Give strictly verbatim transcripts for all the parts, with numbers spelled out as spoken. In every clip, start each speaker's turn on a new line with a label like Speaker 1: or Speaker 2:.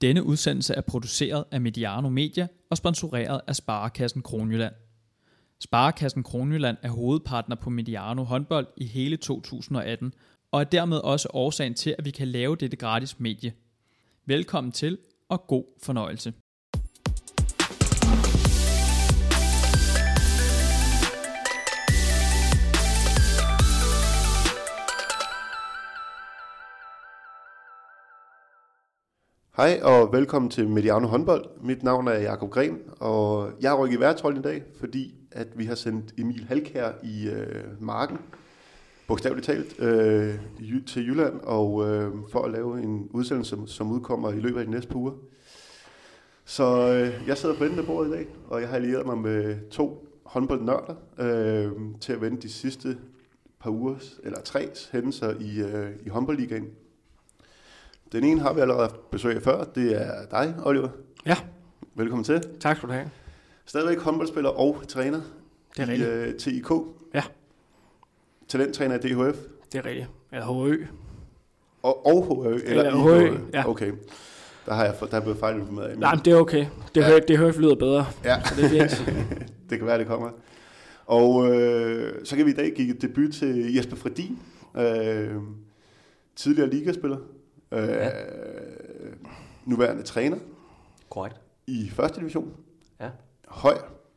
Speaker 1: Denne udsendelse er produceret af Mediano Media og sponsoreret af Sparekassen Kronjylland. Sparekassen Kronjylland er hovedpartner på Mediano håndbold i hele to tusind og atten, og er dermed også årsagen til, at vi kan lave dette gratis medie. Velkommen til, og god fornøjelse.
Speaker 2: Hej og velkommen til Mediano håndbold. Mit navn er Jakob Gren, og jeg har rykket i værtsrollen i dag, fordi at vi har sendt Emil Halkær i øh, marken, bogstaveligt talt, øh, til Jylland, og øh, for at lave en udsendelse, som, som udkommer i løbet af de næste par uger. Så øh, jeg sidder på enden af bordet i dag, og jeg har allieret mig med to håndboldnørder øh, til at vende de sidste par ugers, eller tre hændelser i, øh, i håndboldligaen. Den ene har vi allerede haft besøg af før. Det er dig, Oliver.
Speaker 3: Ja.
Speaker 2: Velkommen til.
Speaker 3: Tak skal du have.
Speaker 2: Stadigvæk håndboldspiller og træner
Speaker 3: det er
Speaker 2: i uh, T I K.
Speaker 3: Ja.
Speaker 2: Talenttræner i D H F.
Speaker 3: Det er rigtigt. Eller H Ø.
Speaker 2: Og, og H Ø.
Speaker 3: Eller, eller H Ø, ja.
Speaker 2: Okay. Der har jeg der er blevet fejlinformeret af.
Speaker 3: Nej, men det er okay. Det ja. D H F lyder bedre.
Speaker 2: Ja.
Speaker 3: Så det er fint.
Speaker 2: Det kan være, det kommer. Og øh, så kan vi i dag give debut til Jesper Fredin. Øh, tidligere ligaspiller. Øh, ja. Nuværende træner.
Speaker 4: Korrekt.
Speaker 2: I første division.
Speaker 4: Ja.
Speaker 2: Høj.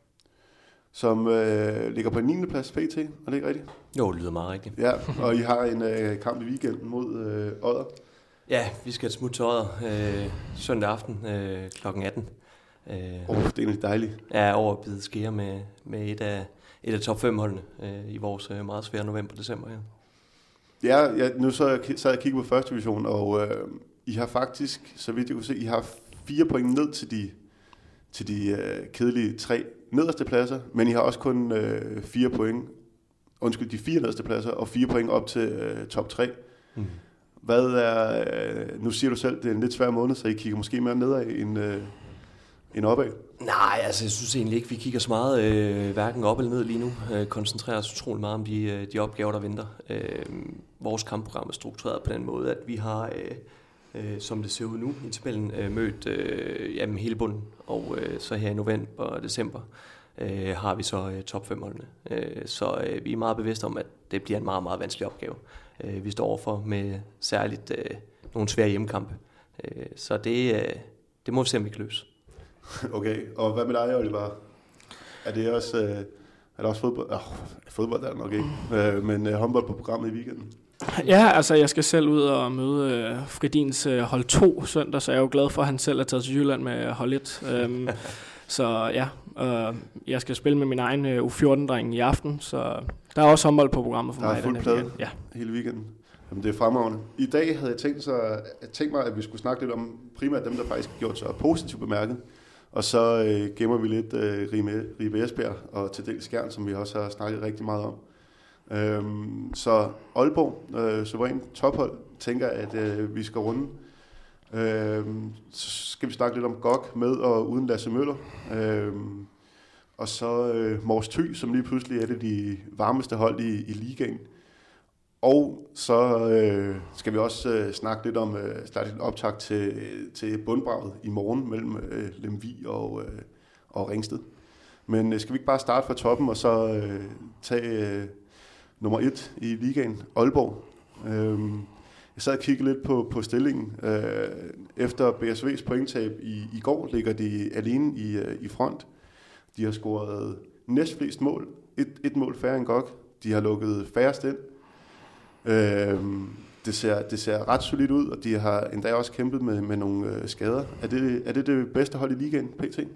Speaker 2: Som øh, ligger på en niende plads P T. Er det ikke rigtigt?
Speaker 4: Jo, det lyder meget rigtigt.
Speaker 2: Ja, og I har en øh, kamp i weekenden mod øh, Odder.
Speaker 4: Ja, vi skal smutte til Odder øh, søndag aften øh, klokken atten.
Speaker 2: Åh, øh, oh, det er egentlig dejligt.
Speaker 4: Ja, over at bide skære med, med et af, et af top fem holdene øh, i vores øh, meget svære november-december her.
Speaker 2: Ja, ja, nu så jeg, sad jeg og kiggede på første division, og øh, I har faktisk, så vidt jeg kunne se, I har fire point ned til de, til de øh, kedelige tre nederste pladser, men I har også kun øh, fire point, undskyld, de fire nederste pladser, og fire point op til øh, top tre. Mm. Hvad er, øh, nu siger du selv, det er en lidt svær måned, så I kigger måske mere nedad end, øh, end opad?
Speaker 4: Nej, altså jeg synes egentlig ikke, vi kigger så meget øh, hverken op eller ned lige nu. Øh, koncentrerer os utrolig meget om de, de opgaver, der venter. Øh, vores kampprogram er struktureret på den måde, at vi har, øh, øh, som det ser ud nu i tabellen, øh, mødt øh, jamen, hele bunden. Og øh, så her i november og december øh, har vi så øh, top fem holdene. Øh, så øh, vi er meget bevidste om, at det bliver en meget, meget vanskelig opgave. Øh, vi står overfor med særligt øh, nogle svære hjemmekampe. Øh, så det, øh, det må vi se, om vi kan løse.
Speaker 2: Okay, og hvad med dig, Oliver? Er det også, øh, er det også fodbold? Oh, fodbold er det nok ikke, øh, men øh, håndbold på programmet i weekenden?
Speaker 3: Ja, altså jeg skal selv ud og møde øh, Fredins øh, hold to søndag, så jeg er jo glad for, at han selv er taget til Jylland med hold et. øhm, så ja, øh, jeg skal spille med min egen øh, U fjorten-dreng i aften, så der er også håndbold på programmet for
Speaker 2: der
Speaker 3: mig.
Speaker 2: Der er fuld plade ja. Hele weekenden. Jamen, det er fremragende. I dag havde jeg tænkt, så, jeg tænkt mig, at vi skulle snakke lidt om primært dem, der faktisk har gjort sig positivt bemærket. Og så øh, gemmer vi lidt øh, Ribe Esbjerg og til dels Skjern, som vi også har snakket rigtig meget om. Øhm, så Aalborg, øh, suveræn tophold, tænker at øh, vi skal runde. Øhm, så skal vi snakke lidt om G O G med og uden Lasse Møller. Øhm, og så øh, Mors Thy, som lige pludselig er et af de varmeste hold i, i ligaen. Og så øh, skal vi også øh, snakke lidt om øh, starte en optakt til, til bundbraget i morgen mellem øh, Lemvig og, øh, og Ringsted. Men øh, skal vi ikke bare starte fra toppen og så øh, tage øh, nummer et i ligaen, Aalborg. Øh, jeg sad og kiggede lidt på, på stillingen. Øh, efter B S V's pointtab i, i går ligger de alene i, øh, i front. De har scoret næstflest mål. Et, et mål færre end G O G. De har lukket færrest ind. Øhm, det, ser, det ser ret solidt ud, og de har endda også kæmpet med, med nogle øh, skader. Er det, er det det bedste hold i ligaen, P T?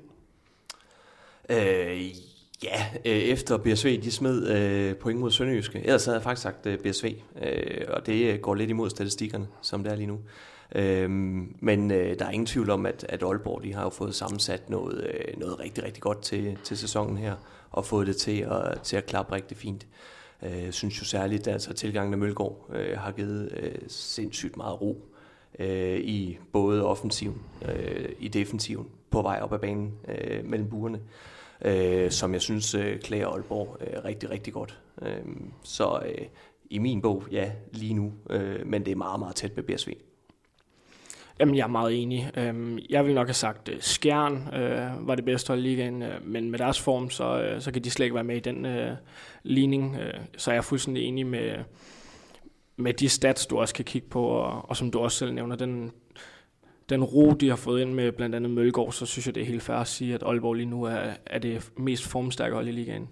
Speaker 4: Øh, ja, øh, efter B S V de smed øh, point mod Sønderjyske. Ellers havde jeg faktisk sagt øh, B S V, øh, og det går lidt imod statistikkerne, som det er lige nu. Øh, men øh, der er ingen tvivl om, at, at Aalborg de har jo fået sammensat noget, øh, noget rigtig, rigtig godt til, til sæsonen her, og fået det til at, til at klappe rigtig fint. Jeg øh, synes jo særligt, at altså, tilgangen af Mølgaard øh, har givet øh, sindssygt meget ro øh, i både offensiven, øh, i defensiven, på vej op ad banen øh, mellem buerne, øh, som jeg synes øh, klæder Aalborg øh, rigtig, rigtig godt. Øh, så øh, i min bog, ja, lige nu, øh, men det er meget, meget tæt med B S V.
Speaker 3: Jamen, jeg er meget enig. Jeg vil nok have sagt, at Skjern øh, var det bedste hold i ligaen, øh, men med deres form, så, øh, så kan de slet ikke være med i den øh, ligning. Øh, så er jeg fuldstændig enig med, med de stats, du også kan kigge på, og, og som du også selv nævner, den, den ro, de har fået ind med blandt andet Mølgaard, så synes jeg, det er helt fair at sige, at Aalborg lige nu er, er det mest formstærke hold i ligaen.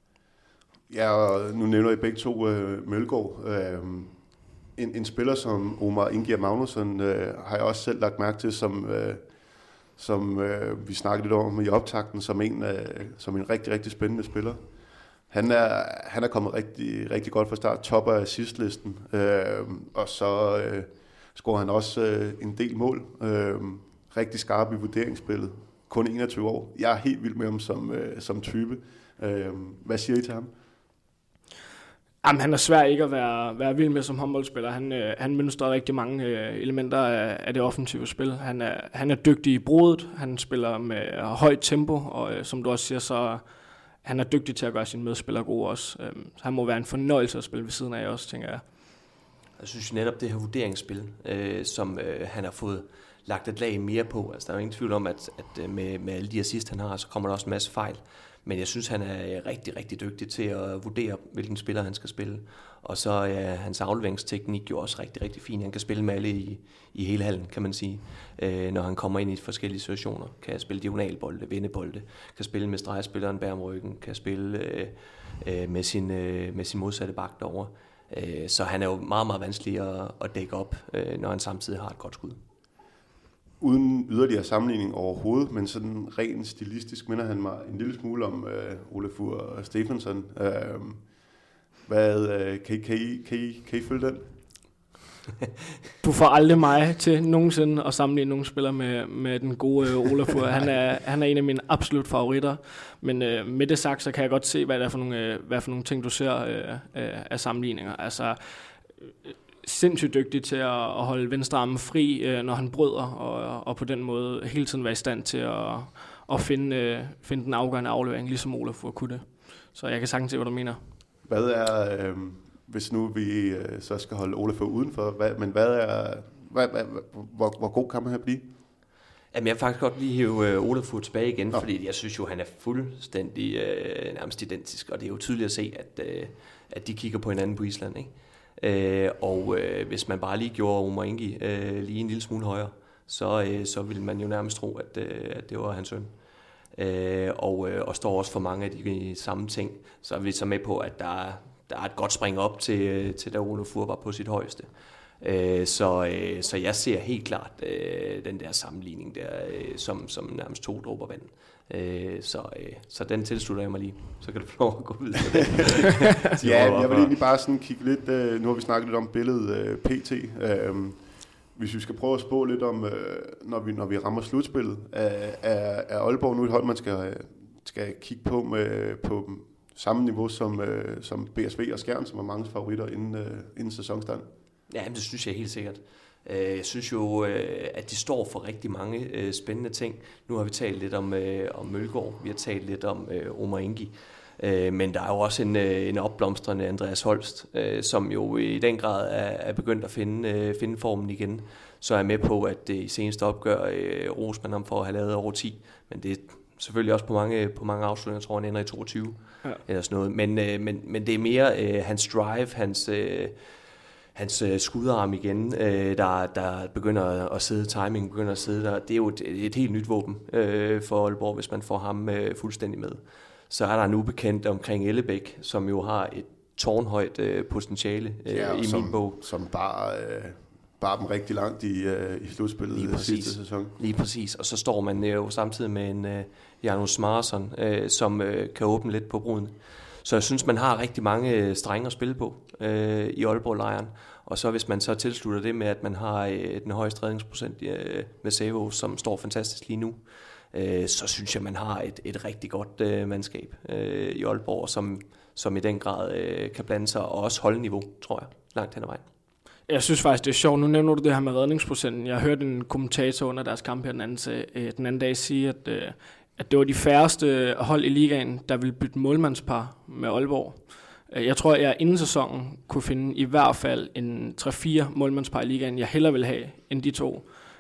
Speaker 2: Ja, og nu nævner I begge to øh, Mølgaard. Øh, En, en spiller som Omar Ingier Magnusson øh, har jeg også selv lagt mærke til, som, øh, som øh, vi snakkede lidt om i optakten, som en, øh, som en rigtig, rigtig spændende spiller. Han er, han er kommet rigtig, rigtig godt fra start, top af assistlisten, øh, og så øh, scorer han også øh, en del mål. Øh, rigtig skarp i vurderingsspillet, kun enogtyve år. Jeg er helt vild med ham som, øh, som type. Øh, hvad siger I til ham?
Speaker 3: Jamen, han er svær ikke at være, være vild med som håndboldspiller. Han, øh, han mønstrer rigtig mange øh, elementer af, af det offensive spil. Han er, han er dygtig i brudet, han spiller med højt tempo, og øh, som du også siger, så han er dygtig til at gøre sine medspillere gode også. Øh, han må være en fornøjelse at spille ved siden af også, tænker jeg.
Speaker 4: Jeg synes netop det her vurderingsspil, øh, som øh, han har fået lagt et lag mere på. Altså, der er jo ingen tvivl om, at, at med, med alle de assist, han har, så kommer der også en masse fejl. Men jeg synes, han er rigtig, rigtig dygtig til at vurdere, hvilken spiller han skal spille. Og så er hans afleveringsteknik jo også rigtig, rigtig fin. Han kan spille med alle i, i hele hallen, kan man sige. Øh, når han kommer ind i forskellige situationer. Kan spille diagonalbolde, vendebolde. Kan spille med stregspilleren bag om ryggen. Kan spille øh, øh, med, sin, øh, med sin modsatte bak derovre. Øh, så han er jo meget, meget vanskelig at, at dække op, øh, når han samtidig har et godt skud.
Speaker 2: Uden yderligere sammenligning overhovedet, men sådan rent stilistisk minder han mig en lille smule om øh, Olafur Stefansson. Øh, hvad, øh, kan, I, kan, I, kan, I, kan I følge den?
Speaker 3: Du får aldrig mig til nogensinde at sammenligne nogle spillere med, med den gode øh, Olafur. Han er, han er en af mine absolut favoritter. Men øh, med det sagt, så kan jeg godt se, hvad det er for nogle, øh, hvad for nogle ting, du ser øh, øh, af sammenligninger. Altså, øh, sindssygt dygtig til at, at holde venstre armen fri, øh, når han bryder, og, og på den måde hele tiden være i stand til at, at finde, øh, finde den afgørende aflevering, ligesom Olafur kunne det. Så jeg kan sagtens se, hvad du mener. Hvad
Speaker 2: er, øh, hvis nu vi øh, så skal holde Olafur udenfor, hvad, men hvad er, hvad, hvad, hvor, hvor god kan man her blive?
Speaker 4: Jamen, jeg vil faktisk godt lige hive øh, Olafur tilbage igen, ja. Fordi jeg synes jo, han er fuldstændig øh, nærmest identisk, og det er jo tydeligt at se, at, øh, at de kigger på hinanden på Island, ikke? Øh, og øh, hvis man bare lige gjorde Omar Ingi øh, lige en lille smule højere, så, øh, så ville man jo nærmest tro, at, øh, at det var hans søn. Øh, og, øh, og står også for mange af de samme ting. Så er vi så med på, at der, der er et godt spring op til, til da Olafur var på sit højeste. Øh, så, øh, så jeg ser helt klart øh, den der sammenligning der, øh, som, som nærmest to dråber vand. Øh, så, øh, så den tilslutter jeg mig lige. Så kan du få lov at gå videre.
Speaker 2: Ja, jeg vil egentlig bare sådan kigge lidt, øh, nu har vi snakket lidt om billedet øh, P T. Øh, hvis vi skal prøve at spå lidt om, øh, når, vi, når vi rammer slutspillet, er, er, er Aalborg nu et hold, man skal, skal kigge på med, på samme niveau som, øh, som B S V og Skjern, som er mange favoritter inden, øh, inden sæsonstarten?
Speaker 4: Ja, det synes jeg helt sikkert. Jeg synes jo, at de står for rigtig mange spændende ting. Nu har vi talt lidt om, om Mølgaard, vi har talt lidt om Omar Ingi, men der er jo også en, en opblomstrende Andreas Holst, som jo i den grad er begyndt at finde, finde formen igen. Så er jeg med på, at det i seneste opgør ros man ham for at have lavet over ti, men det er selvfølgelig også på mange, på mange afslutninger, jeg tror han ender i toogtyve, ja. Eller sådan noget. Men, men, men det er mere uh, hans drive, hans... Uh, hans øh, skudarm igen, øh, der, der begynder at sidde, timing begynder at sidde der. Det er jo et, et helt nyt våben øh, for Aalborg, hvis man får ham øh, fuldstændig med. Så er der en ubekendt omkring Ellebæk, som jo har et tårnhøjt øh, potentiale øh, ja, i
Speaker 2: som,
Speaker 4: min bog.
Speaker 2: Som bare, øh, bare dem rigtig langt i, øh, i slutspillet sidste sæson.
Speaker 4: Lige præcis. Og så står man øh, jo samtidig med en øh, Janus Smarsson, øh, som øh, kan åbne lidt på bruden. Så jeg synes, man har rigtig mange strenge at spille på øh, i Aalborg-lejren. Og så hvis man så tilslutter det med, at man har øh, den højeste redningsprocent øh, med Savo, som står fantastisk lige nu, øh, så synes jeg, man har et, et rigtig godt øh, mandskab øh, i Aalborg, som, som i den grad øh, kan blande sig, og også holde niveau, tror jeg, langt hen ad vejen.
Speaker 3: Jeg synes faktisk, det er sjovt. Nu nævner du det her med redningsprocenten. Jeg hørte en kommentator under deres kamp her den anden, øh, den anden dag sige, at... Øh, at det var de færreste hold i ligaen, der ville bytte målmandspar med Aalborg. Jeg tror, at jeg inden sæsonen kunne finde i hvert fald en tre fire målmandspar i ligaen, jeg hellere vil have end de to.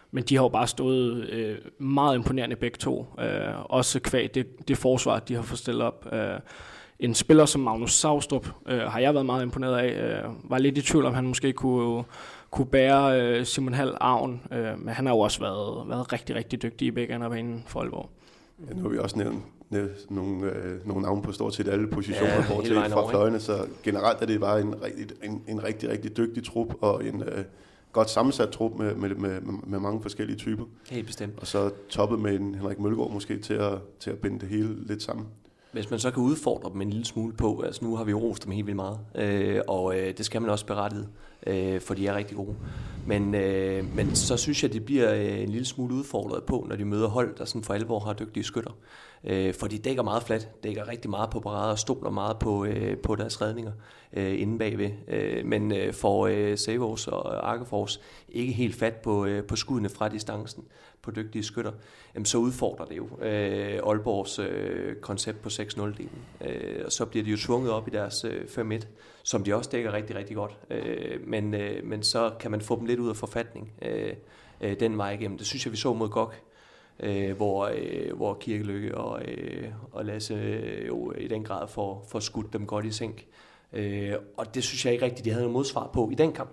Speaker 3: men de har jo bare stået øh, meget imponerende begge to. Øh, også kvæg det, det forsvar, de har fået stillet op. Øh, en spiller som Magnus Saustrup øh, har jeg været meget imponeret af. Øh, var lidt i tvivl om, han måske kunne, kunne bære øh, Simon Hall arven, øh, men han har jo også været, været rigtig, rigtig dygtig i begge ender af banen for Aalborg.
Speaker 2: Ja, nu har vi også nævnt nogle, øh, nogle navne på stort set alle positioner,
Speaker 4: ja,
Speaker 2: bortset fra fløjene, så generelt er det bare en rigtig, en, en rigtig, rigtig dygtig trup, og en øh, godt sammensat trup med, med, med, med mange forskellige typer.
Speaker 4: Helt bestemt.
Speaker 2: Og så toppet med en Henrik Mølgaard måske til at, til at binde det hele lidt sammen.
Speaker 4: Hvis man så kan udfordre dem en lille smule på, altså nu har vi rost dem helt vildt meget, øh, og øh, det skal man også berettiget, øh, for de er rigtig gode. Men, øh, men så synes jeg, det bliver øh, en lille smule udfordret på, når de møder hold, der sådan for alvor har dygtige skytter. Øh, for de dækker meget fladt, dækker rigtig meget på parader og stoler meget på, øh, på deres redninger øh, inde bagved. Øh, men øh, får øh, Savos og Arkefors ikke helt fat på, øh, på skuddene fra distancen på dygtige skytter, jamen, så udfordrer det jo øh, Aalborgs øh, koncept på seks nul-delen. Øh, og så bliver de jo tvunget op i deres øh, fem et, som de også dækker rigtig, rigtig godt. Øh, men, øh, men så kan man få dem lidt ud af forfatning øh, øh, den vej igennem. Det synes jeg, vi så mod G O K, øh, hvor, øh, hvor Kirkelykke og, øh, og Lasse øh, jo i den grad får, får skudt dem godt i sænk. Øh, og det synes jeg ikke rigtigt, de havde noget modsvar på i den kamp.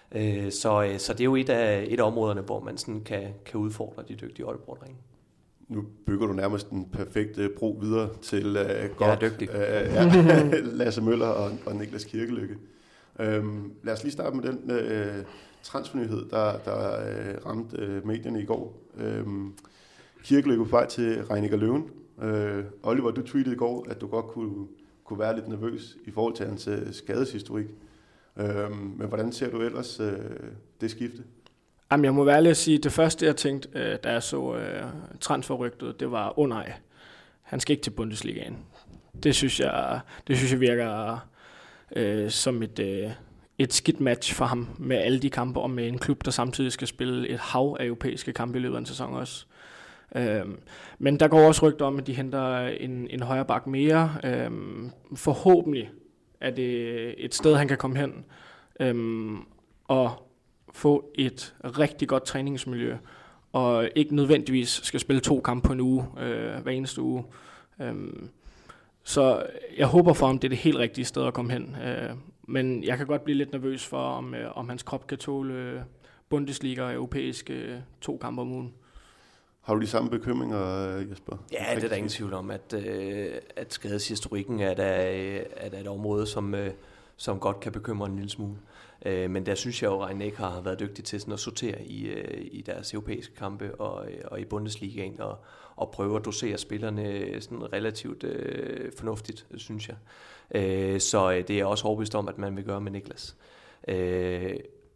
Speaker 4: Så, så det er jo et af, et af områderne, hvor man sådan kan, kan udfordre de dygtige Aalborg-drenge.
Speaker 2: Nu bygger du nærmest en perfekt uh, bro videre til uh, godt,
Speaker 4: jeg er dygtig.
Speaker 2: Uh, ja, Lasse Møller og, og Niklas Kirkelykke. Um, lad os lige starte med den uh, transfernyhed, der, der uh, ramte uh, medierne i går. Um, Kirkelykke på vej til Reinecker Løven. Uh, Oliver, du tweetede i går, at du godt kunne, kunne være lidt nervøs i forhold til hans uh, skadeshistorik. Øhm, men hvordan ser du ellers øh, det skifte?
Speaker 3: Jamen, jeg må være ærlig at sige, at det første, jeg tænkte, øh, da jeg så øh, transferrygtet, det var, åh oh, nej, han skal ikke til Bundesligaen. Det synes jeg, det synes jeg virker øh, som et, øh, et skidt match for ham med alle de kampe, og med en klub, der samtidig skal spille et hav af europæiske kampe i løbet af en sæson også. Øhm, men der går også rygter om, at de henter en, en højre bak mere. Øhm, forhåbentlig er det et sted, han kan komme hen øhm, og få et rigtig godt træningsmiljø, og ikke nødvendigvis skal spille to kampe på en uge, øh, hver eneste uge. Øhm, så jeg håber for ham, det er det helt rigtige sted at komme hen. Øh, men jeg kan godt blive lidt nervøs for, om, øh, om hans krop kan tåle øh, Bundesliga og europæiske øh, to kampe om ugen.
Speaker 2: Har du de samme bekymringer, Jesper?
Speaker 4: Ja, det er der ingen tvivl om, at, øh, at skadeshistorikken er der, er der et område, som, øh, som godt kan bekymre en lille smule. Øh, men der synes jeg jo, at Reinecker har været dygtig til sådan at sortere i, øh, i deres europæiske kampe og, og i Bundesligaen og, og prøve at dosere spillerne sådan relativt øh, fornuftigt, synes jeg. Øh, så det er jeg også overbevist om, at man vil gøre med Niklas. Øh,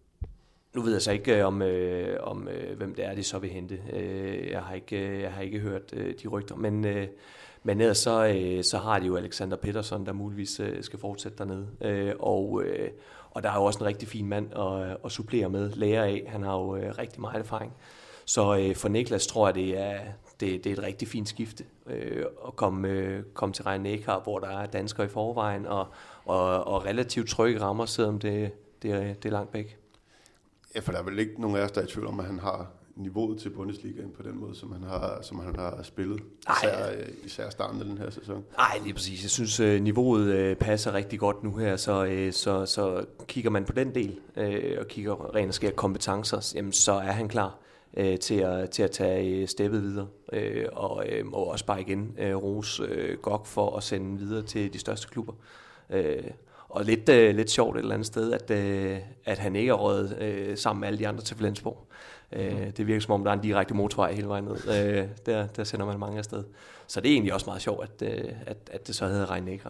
Speaker 4: Nu ved jeg så ikke, om, øh, om øh, hvem det er, de så vil hente. Øh, jeg, har ikke, jeg har ikke hørt øh, de rygter, men, øh, men ellers så, øh, så har de jo Alexander Pettersson, der muligvis øh, skal fortsætte dernede. Øh, og, øh, og der er jo også en rigtig fin mand at, at supplere med, lære af. Han har jo øh, rigtig meget erfaring. Så øh, for Niklas tror jeg, det er, det, det er et rigtig fint skifte øh, at komme, øh, komme til Reinecker, hvor der er danskere i forvejen, og, og, og relativt trygge rammer, selvom det, det, er, det er langt væk.
Speaker 2: Ja, for der er vel ikke nogen af os, der er i tvivl om, at han har niveauet til Bundesligaen på den måde, som han har, som han har spillet, især, især starten af den her sæson.
Speaker 4: Nej, lige præcis. Jeg synes, uh, niveauet uh, passer rigtig godt nu her, så, uh, så, så kigger man på den del, uh, og kigger rent og skær kompetencer, jamen, så er han klar uh, til, at, til at tage steppet videre, uh, og uh, må også bare igen uh, rose uh, G O K for at sende videre til de største klubber. Uh, Og lidt, øh, lidt sjovt et eller andet sted, at, øh, at han ikke er røget øh, sammen med alle de andre til Flensborg. Øh, det virker som om, der er en direkte motorvej hele vejen ned. Øh, der, der sender man mange afsted. Så det er egentlig også meget sjovt, at, øh, at, at det så hedder Reinecker.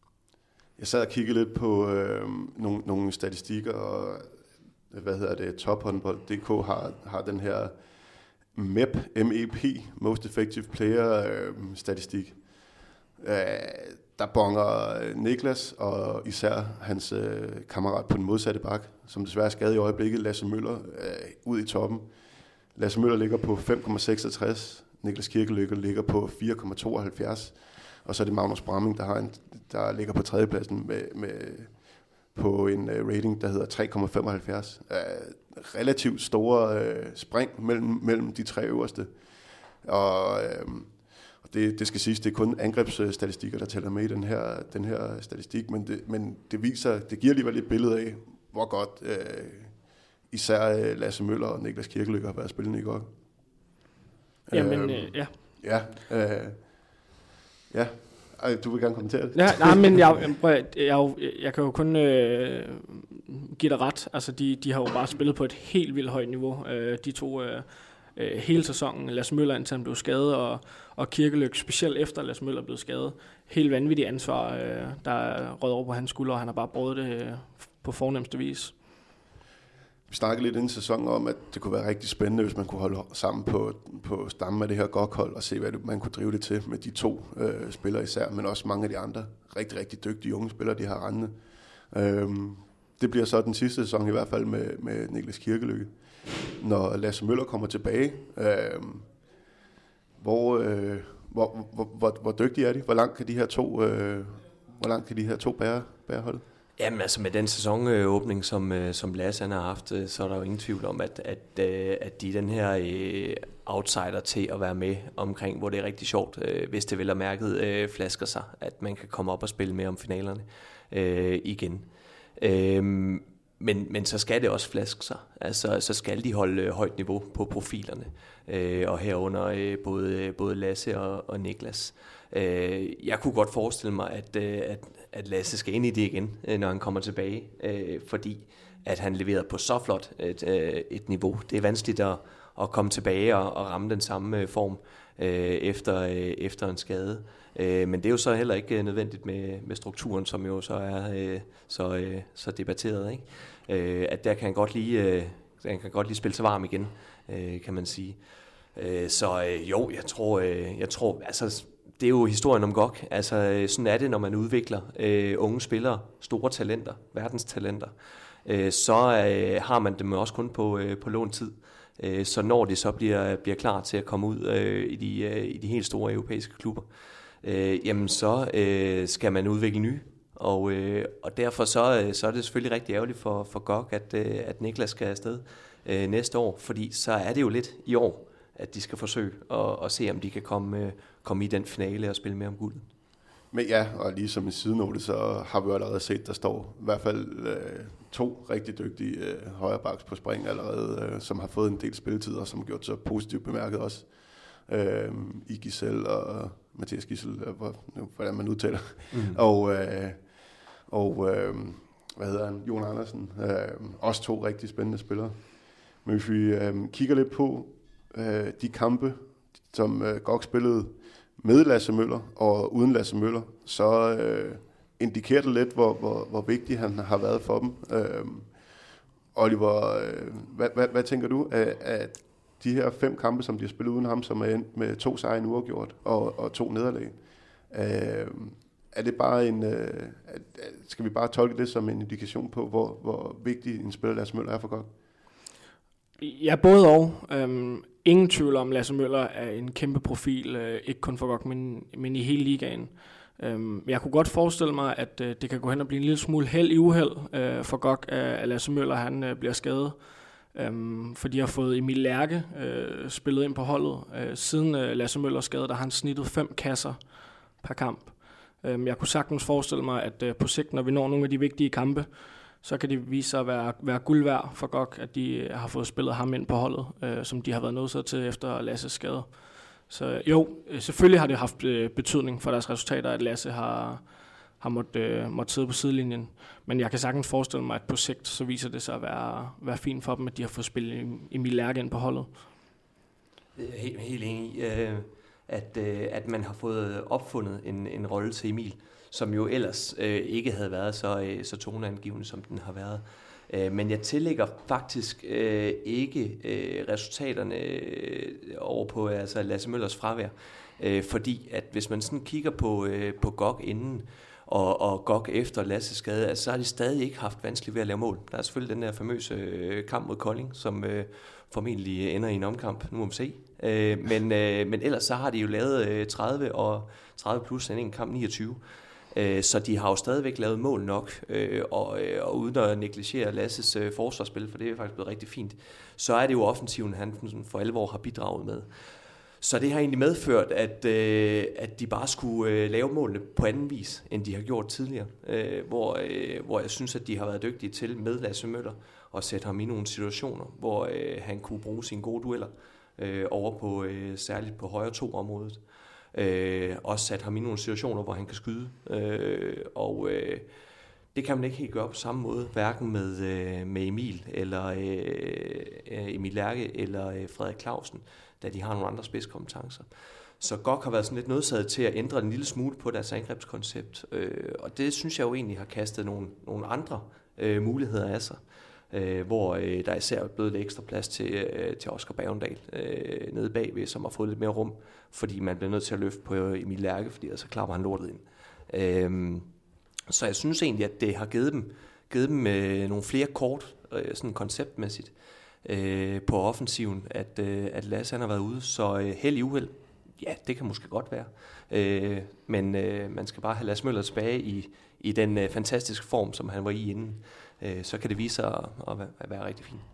Speaker 2: Jeg sad og kiggede lidt på øh, nogle, nogle statistikker, og hvad hedder det, tophåndbold punktum d k har, har den her M E P, M E P, Most Effective Player øh, statistik. Øh, Der bonger Niklas og især hans øh, kammerat på den modsatte bak, som desværre er skadet i øjeblikket, Lasse Møller, øh, ud i toppen. Lasse Møller ligger på fem komma seksogtres, Niklas Kirkelykke ligger på fire komma tooghalvfjerds, og så er det Magnus Bramming, der, har en, der ligger på tredjepladsen med, med på en øh, rating, der hedder tre komma femoghalvfjerds. Øh, relativt store øh, spring mellem, mellem de tre øverste. Og øh, det, det skal siges, det er kun angrebsstatistikker, der tæller med i den her, den her statistik, men det, men det viser, det giver alligevel et billede af, hvor godt øh, især øh, Lasse Møller og Niklas Kirkelykke har været spillende i går.
Speaker 3: Jamen, øh, ja.
Speaker 2: Ja, øh, ja. Ej, du vil gerne kommentere det?
Speaker 3: Ja, nej, men jeg, jeg, jeg, jeg kan jo kun øh, give dig ret. Altså, de, de har jo bare spillet på et helt vildt højt niveau. Øh, de to øh, hele sæsonen. Lasse Møller, indtil han blev skadet, og, og Kirkelykke, specielt efter Lasse Møller blev skadet. Helt vanvittigt ansvar, øh, der er røget over på hans skulder, og han har bare brugt det øh, på fornemste vis.
Speaker 2: Vi snakkede lidt inden sæsonen om, at det kunne være rigtig spændende, hvis man kunne holde sammen på, på stammen af det her G O G-hold, og se, hvad det, man kunne drive det til med de to øh, spillere især, men også mange af de andre rigtig, rigtig dygtige unge spillere, de har rendende. Øhm, det bliver så den sidste sæson i hvert fald med, med Niklas Kirkelykke. Når Lasse Møller kommer tilbage, øh, hvor, øh, hvor, hvor, hvor, hvor dygtige er de? Hvor langt kan de her to, øh, hvor langt kan de her to bære, bære holdet?
Speaker 4: Jamen altså med den sæsonåbning, som, som Lasse han har haft, så er der jo ingen tvivl om, at, at, at de er den her øh, outsider til at være med omkring, hvor det er rigtig sjovt, øh, hvis det vel er mærket øh, flasker sig, at man kan komme op og spille med om finalerne øh, igen. Øh, men, men så skal det også flaske sig, altså så skal de holde øh, højt niveau på profilerne, øh, og herunder øh, både, både Lasse og, og Niklas. Øh, jeg kunne godt forestille mig, at, øh, at at Lasse skal ind i det igen, når han kommer tilbage, øh, fordi at han leverede på så flot et, øh, et niveau. Det er vanskeligt at, at komme tilbage og, og ramme den samme form øh, efter, øh, efter en skade. Øh, men det er jo så heller ikke nødvendigt med, med strukturen, som jo så er øh, så, øh, så debatteret, ikke? Øh, at der kan han godt lige, øh, han kan godt lige spille sig varm igen, øh, kan man sige. Øh, så øh, jo, jeg tror, øh, jeg tror, altså det er jo historien om G O G. Altså, sådan er det, når man udvikler øh, unge spillere, store talenter, verdenstalenter. Øh, så øh, har man dem også kun på, øh, på låntid. Øh, så når de så bliver, bliver klar til at komme ud øh, i, de, øh, i de helt store europæiske klubber, øh, jamen så øh, skal man udvikle nye. Og, øh, og derfor så, øh, så er det selvfølgelig rigtig ærgerligt for, for G O G, at, øh, at Niklas skal afsted øh, næste år. Fordi så er det jo lidt i år, at de skal forsøge at, at se, om de kan komme, øh, komme i den finale og spille med om guldet.
Speaker 2: Men ja, og lige som en sidenote, så har vi jo allerede set, der står i hvert fald øh, to rigtig dygtige øh, højrebacks på spring allerede, øh, som har fået en del spilletid, og som har gjort så positivt bemærket også. Øh, I Giselle og Mathias Giselle, øh, hvordan man udtaler. Mm. og øh, og øh, hvad hedder han? Jon Andersen. Øh, også to rigtig spændende spillere. Men hvis vi øh, kigger lidt på øh, de kampe, som øh, G O G spillede med Lasse Møller og uden Lasse Møller, så øh, indikerer det lidt, hvor, hvor, hvor vigtig han har været for dem. Øh, Oliver, øh, hvad, hvad, hvad tænker du af, af de her fem kampe, som de har spillet uden ham, som er endt med to sejre uafgjort og, og to nederlag? Øh, er det bare en, øh, skal vi bare tolke det som en indikation på, hvor, hvor vigtig en spiller Lasse Møller er for G O G?
Speaker 3: Ja, både og. Øhm, ingen tvivl om, Lasse Møller er en kæmpe profil, øh, ikke kun for G O G, men, men i hele ligaen. Øhm, jeg kunne godt forestille mig, at øh, det kan gå hen og blive en lille smule held i uheld øh, for G O G, at Lasse Møller han, øh, bliver skadet. Øhm, for de har fået Emil Lærke øh, spillet ind på holdet. Øh, siden øh, Lasse Møller skade, der har han snittet fem kasser per kamp. Øhm, jeg kunne sagtens forestille mig, at øh, på sigt, når vi når nogle af de vigtige kampe, så kan det vise sig at være, være guld værd for G O G, at de har fået spillet ham ind på holdet, øh, som de har været nødt til efter Lasses skade. Så jo, selvfølgelig har det haft øh, betydning for deres resultater, at Lasse har, har måttet øh, måtte sidde på sidelinjen. Men jeg kan sagtens forestille mig, at på sigt så viser det sig at være, være fint for dem, at de har fået spillet Emil Lærke ind på holdet.
Speaker 4: Helt, helt enig i, at, at man har fået opfundet en, en rolle til Emil, som jo ellers øh, ikke havde været så, øh, så toneangivende, som den har været. Øh, men jeg tillægger faktisk øh, ikke øh, resultaterne øh, over på altså Lasse Møllers fravær, øh, fordi at hvis man sådan kigger på, øh, på G O G inden, og, og G O G efter Lasses skade, altså, så har de stadig ikke haft vanskeligt ved at lave mål. Der er selvfølgelig den der famøse øh, kamp mod Kolding, som øh, formentlig ender i en omkamp, nu må vi se. Øh, men, øh, men ellers så har de jo lavet øh, tredive og tredive plus en kamp niogtyve. Øh, så de har jo stadigvæk lavet mål nok, øh, og, øh, og uden at negligere Lasses øh, forsvarsspil, for det er faktisk blevet rigtig fint, så er det jo offensiven, han for alvor har bidraget med. Så det har egentlig medført, at, øh, at de bare skulle øh, lave målene på anden vis, end de har gjort tidligere. Øh, hvor, øh, hvor jeg synes, at de har været dygtige til med Lasse Møller at sætte ham i nogle situationer, hvor øh, han kunne bruge sine gode dueller øh, over på øh, særligt på højre to-området. Øh, også sat ham i nogle situationer, hvor han kan skyde. Øh, og øh, det kan man ikke helt gøre på samme måde, hverken med, øh, med Emil, eller øh, Emil Lærke, eller øh, Frederik Clausen, da de har nogle andre spidskompetencer. Så G O G har været sådan lidt nødsaget til at ændre en lille smule på deres angrebskoncept, øh, og det synes jeg jo egentlig har kastet nogle, nogle andre øh, muligheder af sig, øh, hvor øh, der især er blevet lidt ekstra plads til, øh, til Oscar Bavendal øh, nede bagved, som har fået lidt mere rum, fordi man bliver nødt til at løfte på Emil Lærke, fordi så klapper han lortet ind. Øh, så jeg synes egentlig, at det har givet dem, givet dem øh, nogle flere kort, øh, sådan konceptmæssigt, øh, på offensiven, at, øh, at Lasse han har været ude, så øh, held i uheld. Ja, det kan måske godt være. Øh, men øh, man skal bare have Lasse Møller tilbage i, i den øh, fantastiske form, som han var i inden. Øh, så kan det vise sig at, at, være, at være rigtig fint.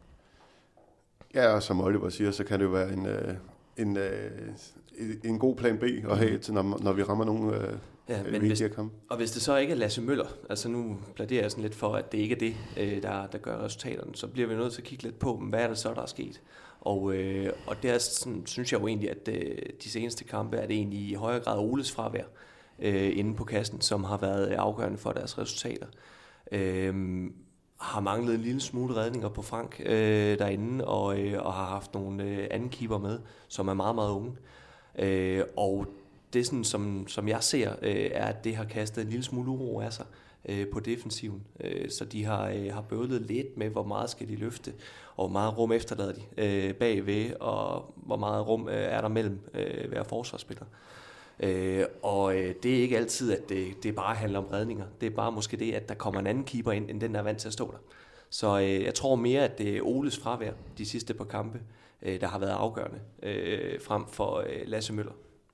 Speaker 2: Ja, og som Oliver siger, så kan det jo være en, øh, en, øh, en god plan B at have, til, når, når vi rammer nogle øh,
Speaker 4: ja, men
Speaker 2: vigtige
Speaker 4: hvis,
Speaker 2: kampe.
Speaker 4: Og hvis det så ikke er Lasse Møller, altså nu plæderer jeg sådan lidt for, at det ikke er det, øh, der, der gør resultaterne, så bliver vi nødt til at kigge lidt på, hvad er det så, der er sket. Og, øh, og der sådan, synes jeg jo egentlig, at øh, de seneste kampe er det egentlig i højere grad Oles fravær øh, inde på kassen, som har været afgørende for deres resultater. Øh, har manglet en lille smule redninger på Frank øh, derinde, og, øh, og har haft nogle øh, anden keeper med, som er meget, meget unge. Øh, og det, sådan, som, som jeg ser, øh, er, at det har kastet en lille smule uro af sig øh, på defensiven. Øh, så de har, øh, har bøvlet lidt med, hvor meget skal de løfte, og hvor meget rum efterlader de øh, bagved, og hvor meget rum øh, er der mellem øh, hver forsvarsspiller. Øh, og øh, det er ikke altid, at det, det bare handler om redninger. Det er bare måske det, at der kommer en anden keeper ind, end den, der er vant til at stå der. Så øh, jeg tror mere, at det er Oles fravær de sidste par kampe, øh, der har været afgørende, øh, frem for øh, Lasse Møller.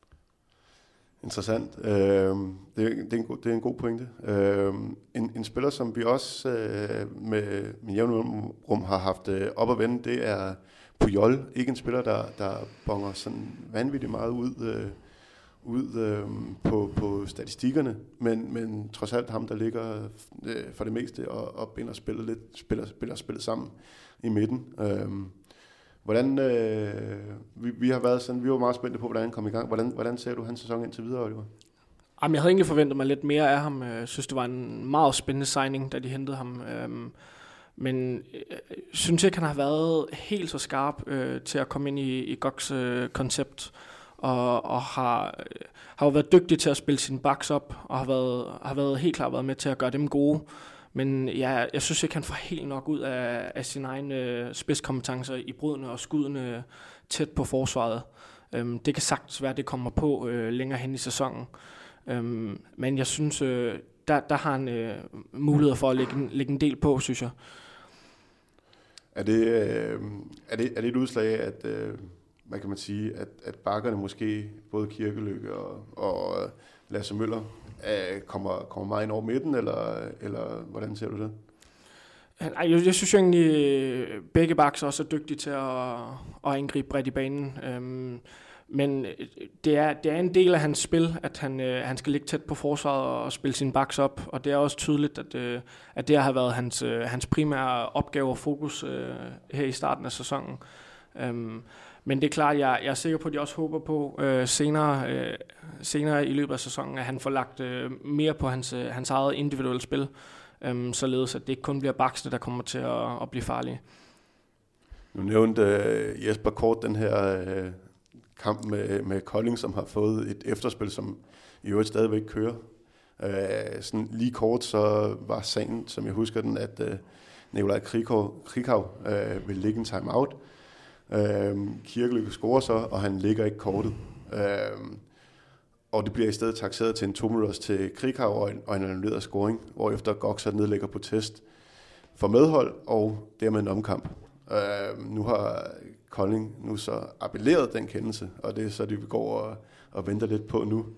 Speaker 2: Interessant. Øh, det, er, det, er en god, det er en god pointe. Øh, en, en spiller, som vi også øh, med, med jævne rum har haft øh, op at vende, det er Puyol. Ikke en spiller, der, der bonger sådan vanvittigt meget ud, øh, ud øh, på, på statistikkerne, men, men trods alt ham, der ligger øh, for det meste og, og binder spillet lidt, spiller, spiller spillet sammen i midten. Øh, Hvordan, øh, vi, vi har været sådan, vi var meget spændte på, hvordan han kom i gang. Hvordan, hvordan ser du hans sæson indtil videre, Oliver?
Speaker 3: Jamen, jeg havde egentlig forventet mig lidt mere af ham. Jeg synes, det var en meget spændende signing, da de hentede ham. Øhm, men jeg synes ikke, han har været helt så skarp øh, til at komme ind i, i G O G's øh, koncept. Og, og har, øh, har jo været dygtig til at spille sine backs op, og har været, har været helt klart været med til at gøre dem gode. Men ja, jeg synes ikke, han får helt nok ud af, af sine egne øh, spidskompetencer i brydene og skuddene tæt på forsvaret. Øhm, det kan sagtens være, at det kommer på øh, længere hen i sæsonen. Øhm, men jeg synes, øh, der, der har han øh, muligheder for at lægge, lægge en del på, synes jeg.
Speaker 2: Er det, øh, er det, er det et udslag af, at, øh, hvad kan man sige, at, at bakkerne måske, både Kirkelykke og, og Lasse Møller, øh, kommer, kommer meget ind over midten, eller, eller hvordan ser du det?
Speaker 3: Jeg, jeg synes jo egentlig, begge backs også er dygtige til at, at angribe bredt i banen. Øhm, men det er, det er en del af hans spil, at han, øh, han skal ligge tæt på forsvaret og spille sine backs op. Og det er også tydeligt, at, øh, at det har været hans, øh, hans primære opgave og fokus øh, her i starten af sæsonen. Øhm, men det er klart, jeg, jeg er sikker på, at de også håber på øh, senere, øh, senere i løbet af sæsonen, at han får lagt øh, mere på hans, øh, hans eget individuelle spil. Um, således at det ikke kun bliver baksene, der kommer til at, at blive farlige.
Speaker 2: Nu nævnte uh, Jesper kort den her uh, kamp med, med Kolding, som har fået et efterspil, som i øvrigt stadigvæk kører. Uh, sådan lige kort, så var sagen, som jeg husker den, at uh, Nikolaj Krikau, Krikau uh, vil ligge en timeout. Uh, Kirkelykke scorer så, og han ligger ikke kortet. Uh, Og det bliver i stedet takseret til en tominutters til Krikau og en, og en annulleret scoring, hvorefter G O G så nedlægger protest for medhold og dermed en omkamp. Uh, nu har Kolding nu så appelleret den kendelse, og det er så det, vi går og, og venter lidt på nu.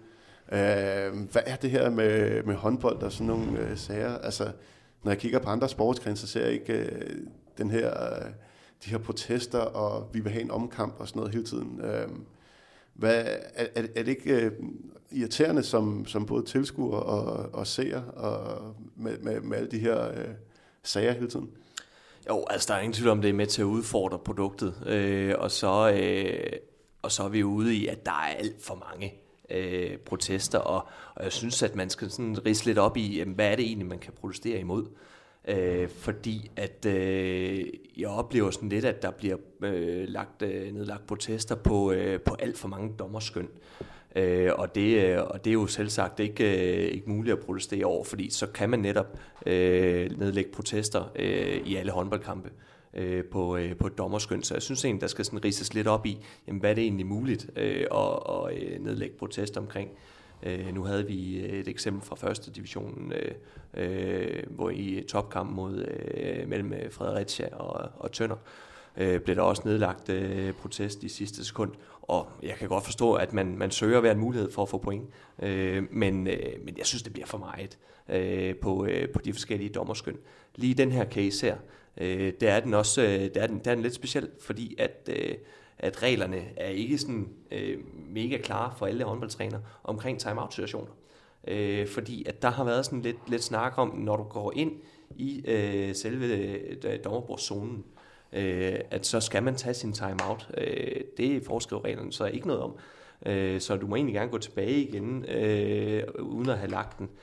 Speaker 2: Øh, hvad er det her med, med håndbold og sådan nogle øh, sager? Altså, når jeg kigger på andre sportsgrene, så ser jeg ikke øh, den her, øh, de her protester, og vi vil have en omkamp og sådan noget hele tiden. Øh, hvad, er, er, er det ikke øh, irriterende som, som både tilskuer og, og seer og med, med, med alle de her øh, sager hele tiden?
Speaker 4: Jo, altså der er ingen tvivl om, det er med til at udfordre produktet, øh, og, så, øh, og så er vi ude i, at der er alt for mange øh, protester, og, og jeg synes, at man skal sådan ridse lidt op i, jamen, hvad er det egentlig, man kan protestere imod. Øh, fordi at øh, jeg oplever sådan lidt, at der bliver øh, lagt, øh, nedlagt protester på, øh, på alt for mange dommerskøn. Øh, og, det, og det er jo selvsagt ikke, øh, ikke muligt at protestere over, fordi så kan man netop øh, nedlægge protester øh, i alle håndboldkampe øh, på, øh, på et dommerskøn. Så jeg synes egentlig, der skal sådan ridses lidt op i, jamen, hvad er det egentlig muligt øh, at, at nedlægge protester omkring. Øh, nu havde vi et eksempel fra første divisionen, øh, øh, hvor i topkamp mod øh, mellem Fredericia og, og Tønder, øh, blev der også nedlagt øh, protest i sidste sekund. Og jeg kan godt forstå, at man, man søger hver en mulighed for at få point, øh, men, øh, men jeg synes, det bliver for meget øh, på, øh, på de forskellige dommerskøn. Lige den her case her, øh, der er den også øh, der er den, der er den lidt speciel, fordi at øh, at reglerne er ikke sådan øh, mega klare for alle håndboldtrænere omkring timeout-situationer. Øh, fordi at der har været sådan lidt, lidt snak om, når du går ind i øh, selve øh, dommerbordszonen, øh, at så skal man tage sin timeout. Øh, det foreskriver reglerne så ikke noget om. Øh, så du må egentlig gerne gå tilbage igen, øh, uden at have lagt den.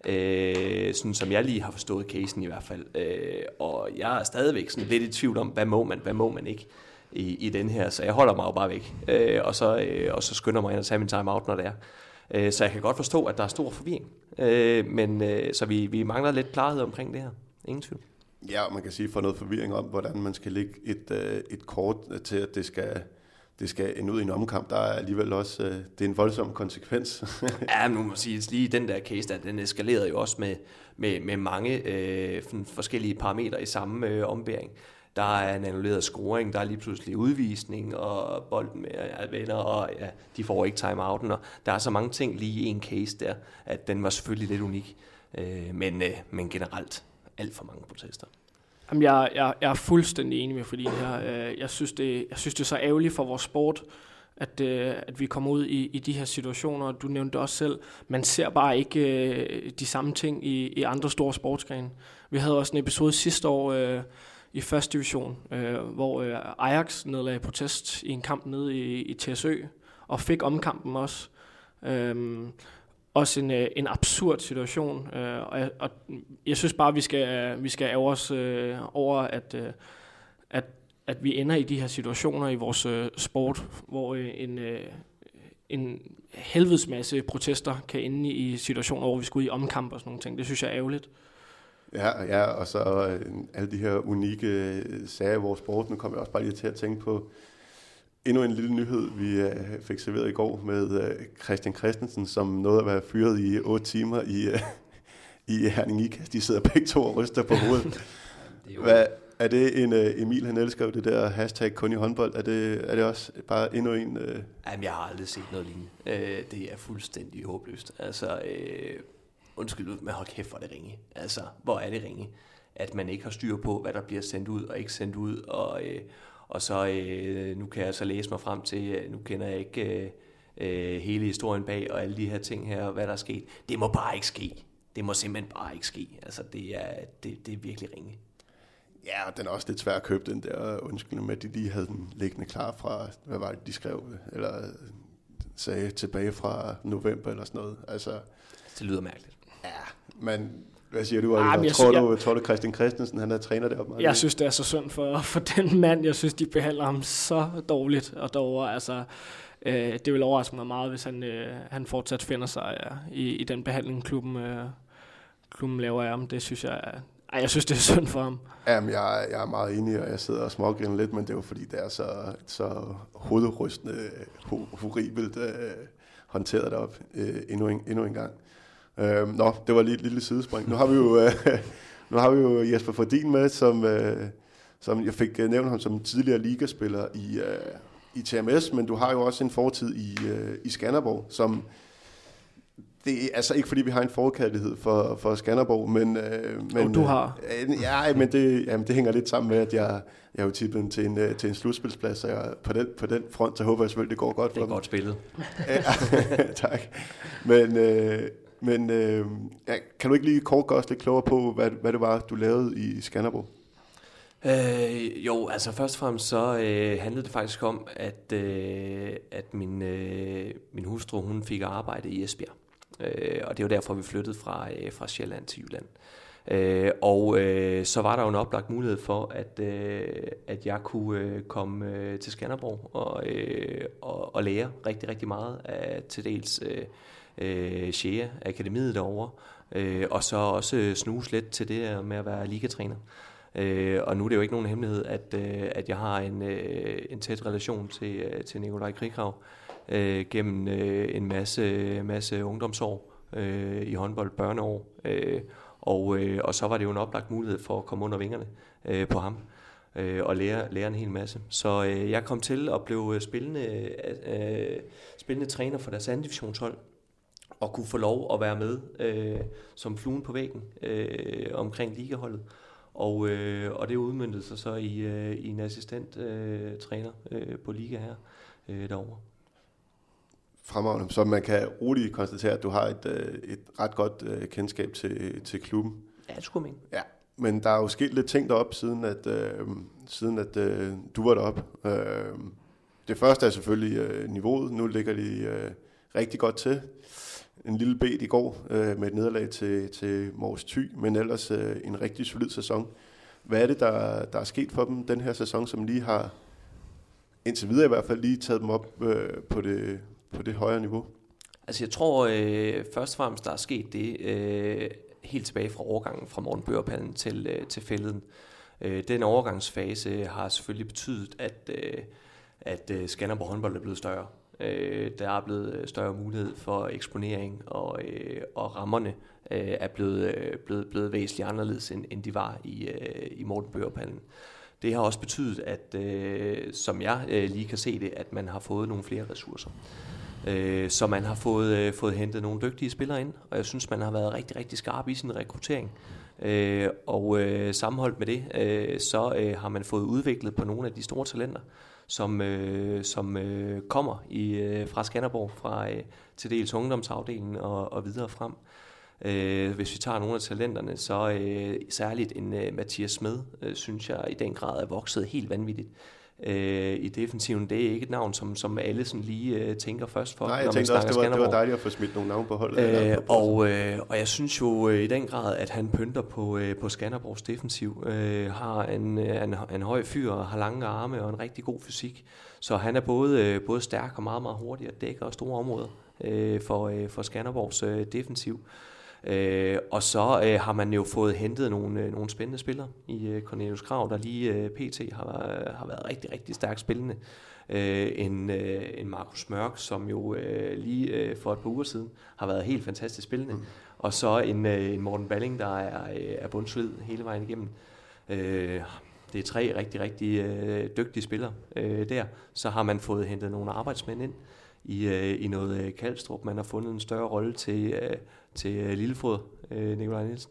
Speaker 4: Øh, sådan som jeg lige har forstået casen i hvert fald. Øh, og jeg er stadigvæk sådan lidt i tvivl om, hvad må man, hvad må man ikke. I, i den her, så jeg holder mig jo bare væk, øh, og, så, øh, og så skynder mig ind og tager min timeout, når det er. Øh, så jeg kan godt forstå, at der er stor forvirring, øh, men øh, så vi, vi mangler lidt klarhed omkring det her. Ingen tvivl.
Speaker 2: Ja, man kan sige for noget forvirring om, hvordan man skal lægge et, øh, et kort til, at det skal, det skal ende ud i en omkamp. Der er alligevel også, øh, det er en voldsom konsekvens.
Speaker 4: Ja, nu må man sige, lige den der case, der, den eskalerede jo også med, med, med mange øh, forskellige parametre i samme øh, ombæring. Der er en annulleret scoring, der er lige pludselig udvisning, og bolden med ja, venner, og ja, de får ikke timeouten. Og der er så mange ting lige i en case der, at den var selvfølgelig lidt unik. Øh, men, øh, men generelt alt for mange protester.
Speaker 3: Jamen, jeg, jeg, jeg er fuldstændig enig med Fordin her. Jeg synes, det, jeg synes, det er så ærgerligt for vores sport, at, at vi kommer ud i, i de her situationer. Du nævnte det også selv. Man ser bare ikke de samme ting i, i andre store sportsgrene. Vi havde også en episode sidste år, øh, i første division, øh, hvor øh, Ajax nedlagde protest i en kamp nede i, i T S Ø, og fik omkampen også. Øhm, også en, øh, en absurd situation, øh, og, jeg, og jeg synes bare, vi skal, vi skal ære os øh, over, at, øh, at, at vi ender i de her situationer i vores øh, sport, hvor øh, en, øh, en helvedes masse protester kan ende i situationer, hvor vi skal ud i omkamp og sådan nogle ting. Det synes jeg er ærgerligt.
Speaker 2: Ja, ja, og så øh, alle de her unikke øh, sager i vores sport. Nu kommer jeg også bare lige til at tænke på endnu en lille nyhed, vi øh, fik serveret i går med øh, Christian Christensen, som nåede at være fyret i otte timer i, øh, i Herning Ikast. De sidder begge to og ryster på hovedet. det er, Hvad, er det en øh, Emil, han elsker det der hashtag kun i håndbold? Er det, er det også bare endnu en? Øh...
Speaker 4: Jamen, jeg har aldrig set noget lignende. Øh, det er fuldstændig håbløst. Altså... Øh Undskyld ud, men hold kæft, hvor er det ringe. Altså, hvor er det ringe? At man ikke har styr på, hvad der bliver sendt ud og ikke sendt ud. Og, øh, og så, øh, nu kan jeg så læse mig frem til, øh, nu kender jeg ikke øh, hele historien bag og alle de her ting her, hvad der er sket. Det må bare ikke ske. Det må simpelthen bare ikke ske. Altså, det er, det, det er virkelig ringe.
Speaker 2: Ja, og den er også lidt svær at købe, den der undskyldning med, at de lige havde den liggende klar fra, hvad var det, de skrev, eller sagde tilbage fra november eller sådan noget. Altså,
Speaker 4: det lyder mærkeligt.
Speaker 2: Ja, men hvad siger du, Oliver?
Speaker 3: Ah,
Speaker 2: tror,
Speaker 3: jeg,
Speaker 2: du, tror du, Christian Christensen, han er træner deroppe?
Speaker 3: Jeg meget synes, det er så synd for, for den mand. Jeg synes, de behandler ham så dårligt. Og derovre, altså, øh, det vil overraske mig meget, hvis han, øh, han fortsat finder sig ja, i, i den behandling, klubben, øh, klubben laver af ham. Det synes jeg, ej, jeg synes, det er synd for ham.
Speaker 2: Jamen, jeg, jeg er meget enig, og jeg sidder og smågriner lidt, men det er jo fordi, det er så, så hovedrystende, horribelt øh, håndteret deroppe øh, endnu, en, endnu en gang. Øh, nå, det var lige et lille sidespring. Nu har vi jo, øh, nu har vi jo Jesper Fordin med, som, øh, som jeg fik nævnt ham som tidligere ligaspiller i, øh, i T M S, men du har jo også en fortid i, øh, i Skanderborg, som Det er altså ikke, fordi vi har en forkærlighed for, for Skanderborg, men... Øh, men
Speaker 3: Og du har.
Speaker 2: Øh, ja, men det, jamen, det hænger lidt sammen med, at jeg, jeg er jo tippet til en, til en slutspilsplads, så jeg, på, den, på den front, så håber jeg selvfølgelig, det går godt for
Speaker 4: dem.
Speaker 2: dem.
Speaker 4: Det er godt
Speaker 2: Ja,
Speaker 4: spillet.
Speaker 2: tak. Men, øh, men øh, ja, kan du ikke lige kort gøre os lidt klogere på, hvad, hvad det var, du lavede i Skanderborg?
Speaker 4: Øh, jo, altså først og fremmest så øh, handlede det faktisk om, at, øh, at min, øh, min hustru, hun fik arbejde i Esbjerg. Øh, og det var derfor, vi flyttede fra, øh, fra Sjælland til Jylland. Øh, og øh, så var der jo en oplagt mulighed for, at, øh, at jeg kunne øh, komme øh, til Skanderborg og, øh, og, og lære rigtig, rigtig meget af til dels øh, øh, Shea Akademiet derovre. Øh, og så også snuse lidt til det med at være ligatræner. Øh, og nu er det jo ikke nogen hemmelighed, at, øh, at jeg har en, øh, en tæt relation til, øh, til Nikolaj Krigrav øh, gennem øh, en masse, masse ungdomsår øh, i håndbold, børneår. Øh, og, øh, og så var det jo en oplagt mulighed for at komme under vingerne øh, på ham øh, og lære, lære en hel masse. Så øh, jeg kom til at blive spillende, øh, spillende træner for deres anden divisionshold og kunne få lov at være med øh, som fluen på væggen øh, omkring ligaholdet. Og, øh, og det udmøntede sig så i, øh, i en assistent øh, træner øh, på liga her øh, derovre.
Speaker 2: Fremragende. Så man kan roligt konstatere, at du har et, et ret godt uh, kendskab til, til klubben.
Speaker 4: Ja, det skulle jeg mene.
Speaker 2: Ja, men der er jo sket lidt ting deroppe, siden at, uh, siden at uh, du var deroppe. Uh, det første er selvfølgelig uh, niveauet. Nu ligger de uh, rigtig godt til. En lille bed i går uh, med et nederlag til, til Mors Thy, men ellers uh, en rigtig solid sæson. Hvad er det, der, der er sket for dem den her sæson, som lige har, indtil videre i hvert fald, lige taget dem op uh, på det på det højere niveau?
Speaker 4: Altså jeg tror øh, først og fremmest, der er sket det øh, helt tilbage fra overgangen fra Morten Børpallen til, øh, til Fælleden. Øh, den overgangsfase har selvfølgelig betydet, at, øh, at øh, Skanderborg håndbold er blevet større. Øh, der er blevet større mulighed for eksponering, og, øh, og rammerne øh, er blevet, øh, blevet, blevet væsentligt anderledes, end, end de var i, øh, i Morten Børpallen. Det har også betydet, at øh, som jeg øh, lige kan se det, at man har fået nogle flere ressourcer. Øh, så man har fået, øh, fået hentet nogle dygtige spillere ind, og jeg synes, man har været rigtig, rigtig skarp i sin rekruttering. Øh, og øh, sammenholdt med det, øh, så øh, har man fået udviklet på nogle af de store talenter, som, øh, som øh, kommer i, øh, fra Skanderborg, fra øh, til dels ungdomsafdelingen og, og videre frem. Øh, hvis vi tager nogle af talenterne, så øh, særligt en øh, Mathias Smed, øh, synes jeg i den grad er vokset helt vanvittigt øh, i defensiven. Det er ikke et navn, som, som alle sådan lige øh, tænker først for.
Speaker 2: Nej, jeg tænkte også, det var, det var dejligt at få smidt nogle navne på holdet.
Speaker 4: Øh, og, øh, og jeg synes jo øh, i den grad, at han pynter på, øh, på Skanderborgs defensiv. Øh, har en, en, en høj fyr, har lange arme og en rigtig god fysik. Så han er både, øh, både stærk og meget, meget hurtig og dækker store områder øh, for, øh, for Skanderborgs øh, defensiv. Øh, og så øh, har man jo fået hentet nogle, øh, nogle spændende spillere i øh, Cornelius Krav, der lige øh, pt. Har, har været rigtig, rigtig stærkt spillende. Øh, en, øh, en Markus Mørk, som jo øh, lige øh, for et par uger siden har været helt fantastisk spillende. Mm. Og så en, øh, en Morten Balling, der er, øh, er bundsolid hele vejen igennem. Øh, det er tre rigtig, rigtig øh, dygtige spillere øh, der. Så har man fået hentet nogle arbejdsmænd ind i, øh, i noget øh, Kalstrup. Man har fundet en større rolle til, øh, til øh, Lillefod, øh, Nikolaj Nielsen.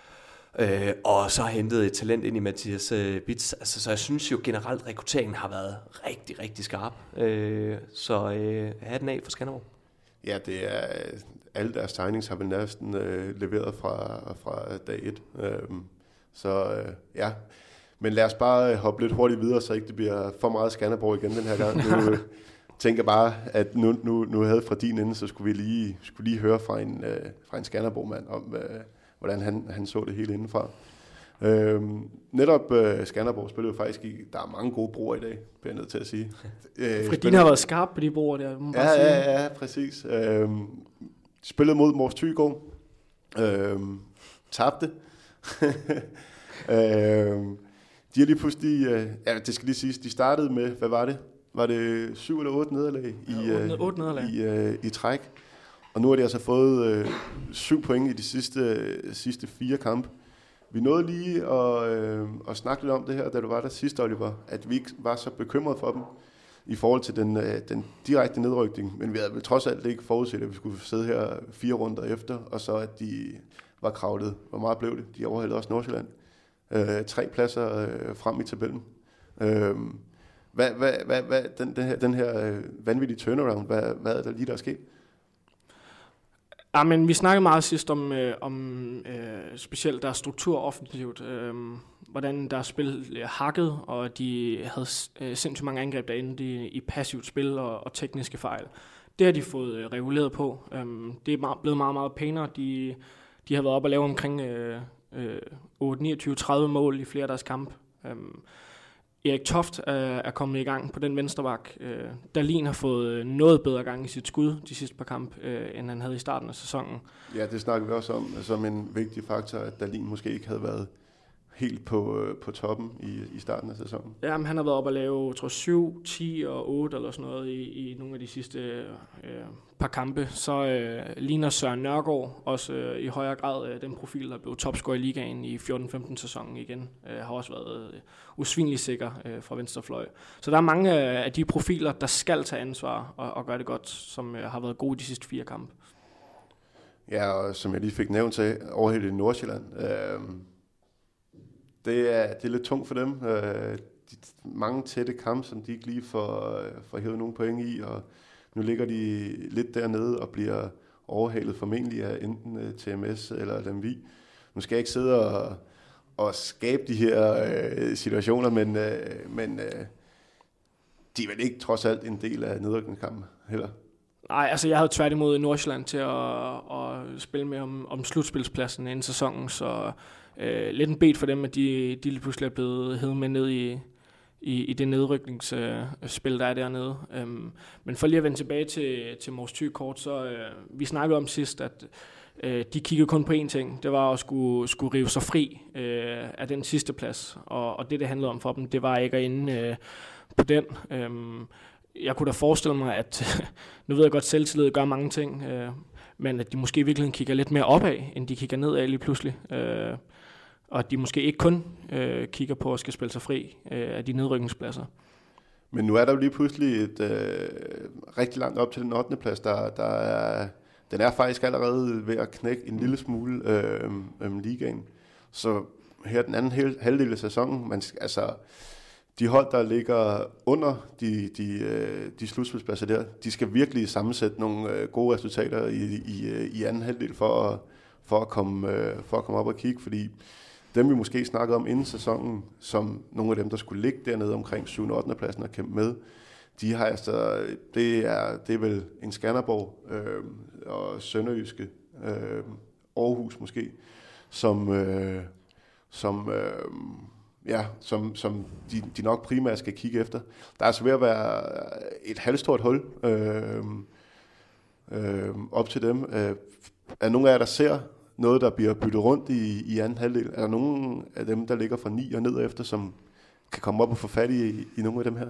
Speaker 4: Øh, og så har hentet et talent ind i Mathias øh, Bits. Altså, så jeg synes jo generelt, rekrutteringen har været rigtig, rigtig skarp. Øh, så øh, hatten af for Skanderborg.
Speaker 2: Ja, det er alle deres signings har vel næsten øh, leveret fra, fra dag et. Øh, så øh, ja, men lad os bare hoppe lidt hurtigt videre, så ikke det bliver for meget Skanderborg igen den her gang. Nu tænker bare, at nu, nu, nu havde fra din ende, så skulle vi lige, skulle lige høre fra en, øh, fra en Skanderborg-mand om, øh, hvordan han, han så det hele indenfra. Øhm, netop øh, Skanderborg spillede jo faktisk i, der er mange gode broer i dag, bliver jeg nødt til at sige.
Speaker 3: Øh, Fredin har været skarp på de broer der, må
Speaker 2: ja, ja, ja, præcis. Øhm, spillede mod Mors Thy i går. Øhm, tabte. øhm, de har lige pludselig, øh, ja, det skal lige siges, de startede med, hvad var det? Var det syv eller otte nederlag i,
Speaker 3: ja, otte, otte nederlag.
Speaker 2: i, øh, i træk? Og nu har de altså fået øh, syv point i de sidste, øh, sidste fire kampe. Vi nåede lige at, øh, at snakke lidt om det her, da du var der sidste, Oliver, at vi ikke var så bekymrede for dem i forhold til den, øh, den direkte nedrykning, men vi havde vel trods alt ikke forudset, at vi skulle sidde her fire runder efter, og så at de var kravlet. Hvor meget blev det? De overhældede også Nordsjælland. Øh, tre pladser øh, frem i tabellen. Øh, hvad, hvad, hvad, hvad, den, den her, den her øh, vanvittige turnaround, hvad, hvad er der lige, der er sket?
Speaker 3: Ja, men vi snakkede meget sidst om, øh, om øh, specielt deres struktur offensivt, øh, hvordan deres spil øh, hakket, og de havde øh, sindssygt mange angreb, der endte i, i passivt spil og, og tekniske fejl. Det har de fået øh, reguleret på. Øh, det er meget, blevet meget, meget pænere. De, de har været op og lave omkring øh, øh, otte, niogtyve, tredive mål i flere af deres kampe. Øh, Erik Toft er, er kommet i gang på den venstre bak. Øh, Dahlin har fået noget bedre gang i sit skud de sidste par kamp, øh, end han havde i starten af sæsonen.
Speaker 2: Ja, det snakker vi også om som en vigtig faktor, at Dahlin måske ikke havde været helt på, på toppen i, i starten af sæsonen.
Speaker 3: Ja, men han har været op at lave, tror syv, ti og otte eller sådan noget i, i nogle af de sidste øh, par kampe. Så øh, ligner Søren Nørgaard også øh, i højere grad øh, den profil, der blev topscorer i ligaen i fjorten femten sæsonen igen. Øh, har også været øh, usvindeligt sikker øh, fra venstrefløj. Så der er mange øh, af de profiler, der skal tage ansvar og, og gøre det godt, som øh, har været gode de sidste fire kampe.
Speaker 2: Ja, og som jeg lige fik nævnt til, overhældet i Nordsjælland. Øh, Det er, det er lidt tungt for dem. Øh, de, mange tætte kampe, som de ikke lige får, får hævet nogle point i, og nu ligger de lidt dernede og bliver overhalet formentlig af enten uh, T M S eller Lemvig. Nu skal jeg ikke sidde og, og skabe de her øh, situationer, men, øh, men øh, de er vel ikke trods alt en del af nedrykningskampen heller.
Speaker 3: Nej, altså jeg havde tværtimod Nordsjælland til at, at spille med om, om slutspilspladsen inden sæsonen, så øh, lidt en bet for dem, at de, de lige pludselig er blevet hævet med ned i, i, i det nedrykningsspil, der er dernede. Um, men for lige at vende tilbage til, til Mors Thy kort, så øh, vi snakkede om sidst, at øh, de kiggede kun på én ting. Det var at skulle, skulle rive sig fri øh, af den sidste plads, og, og det, det handlede om for dem, det var ikke at ende øh, på den. Um, Jeg kunne da forestille mig, at nu ved jeg godt, at selvtillid gør mange ting, øh, men at de måske i virkeligheden kigger lidt mere opad, end de kigger nedad lige pludselig. Øh, og at de måske ikke kun øh, kigger på at skal spille sig fri øh, af de nedrykningspladser.
Speaker 2: Men nu er der jo lige pludselig et øh, rigtig langt op til den ottende plads, der, der er, den er faktisk allerede ved at knække en lille smule øh, øh, ligaen. Så her den anden hel, halvdel af sæsonen, man, altså... De hold, der ligger under de, de, de slutspilspladser der, de skal virkelig sammensætte nogle gode resultater i, i, i anden halvdel for at, for, at komme, for at komme op og kigge, fordi dem vi måske snakkede om inden sæsonen, som nogle af dem, der skulle ligge dernede omkring syvende og ottende pladsen og kæmpe med, de har altså, det er, det er vel en Skanderborg øh, og Sønderjyske, øh, Aarhus måske, som... Øh, som øh, Ja, som, som de, de nok primært skal kigge efter. Der er altså ved at være et halvstort hul øh, øh, op til dem. Øh, er nogle af jer, der ser noget, der bliver byttet rundt i, i anden halvdel? Er der nogle af dem, der ligger fra ni og ned efter, som kan komme op og få fat i, i nogle af dem her?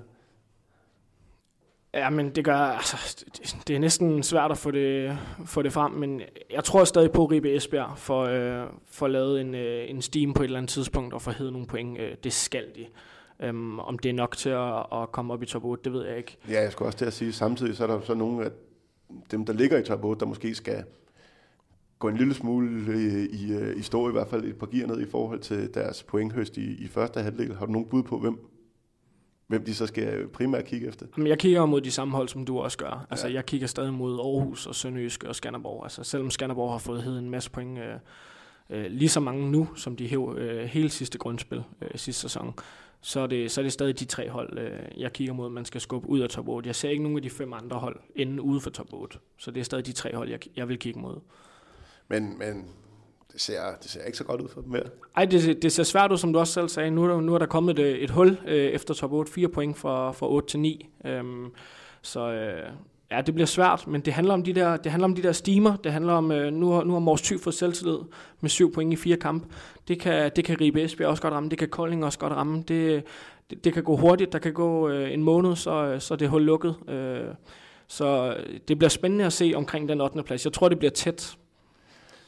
Speaker 3: Ja, men det gør, altså, det, det er næsten svært at få det, få det frem, men jeg tror stadig på, at Ribe Esbjerg får, øh, får lavet en, øh, en steam på et eller andet tidspunkt og får hævet nogle point. Øh, det skal de. Um, om det er nok til at, at komme op i top otte, det ved jeg ikke.
Speaker 2: Ja, jeg skulle også til at sige, samtidig så er der så nogle af dem, der ligger i top otte, der måske skal gå en lille smule i, i, i stå, i hvert fald et par gear ned i forhold til deres pointhøst i, i første halvdel. Har du nogen bud på, hvem? Hvem de så skal primært kigge efter?
Speaker 3: Jamen, jeg kigger mod de samme hold, som du også gør. Altså,
Speaker 2: ja.
Speaker 3: Jeg kigger stadig mod Aarhus og Sønderjyske og Skanderborg. Altså, selvom Skanderborg har fået hævet en masse point, øh, øh, lige så mange nu, som de hæv øh, hele sidste grundspil øh, sidste sæson, så er, det, så er det stadig de tre hold, øh, jeg kigger mod, man skal skubbe ud af top otte. Jeg ser ikke nogen af de fem andre hold inde ude for top otte. Så det er stadig de tre hold, jeg, jeg vil kigge mod.
Speaker 2: Men... men Det ser, det ser ikke så godt ud for dem mere.
Speaker 3: Ej, det, det ser svært ud, som du også selv sagde. Nu er der, nu er der kommet et, et hul øh, efter top otte. Fire point fra, fra otte til ni. Øhm, så øh, ja, det bliver svært, men det handler om de der, det handler om de der stimer. Det handler om, øh, nu har, nu har Mors Thy fået selvtillid med syv point i fire kampe. Det kan, det kan Ribe Esbjerg også godt ramme. Det kan Kolding også godt ramme. Det, det, det kan gå hurtigt. Der kan gå øh, en måned, så, så det er hul lukket. Øh, så det bliver spændende at se omkring den ottende plads. Jeg tror, det bliver tæt.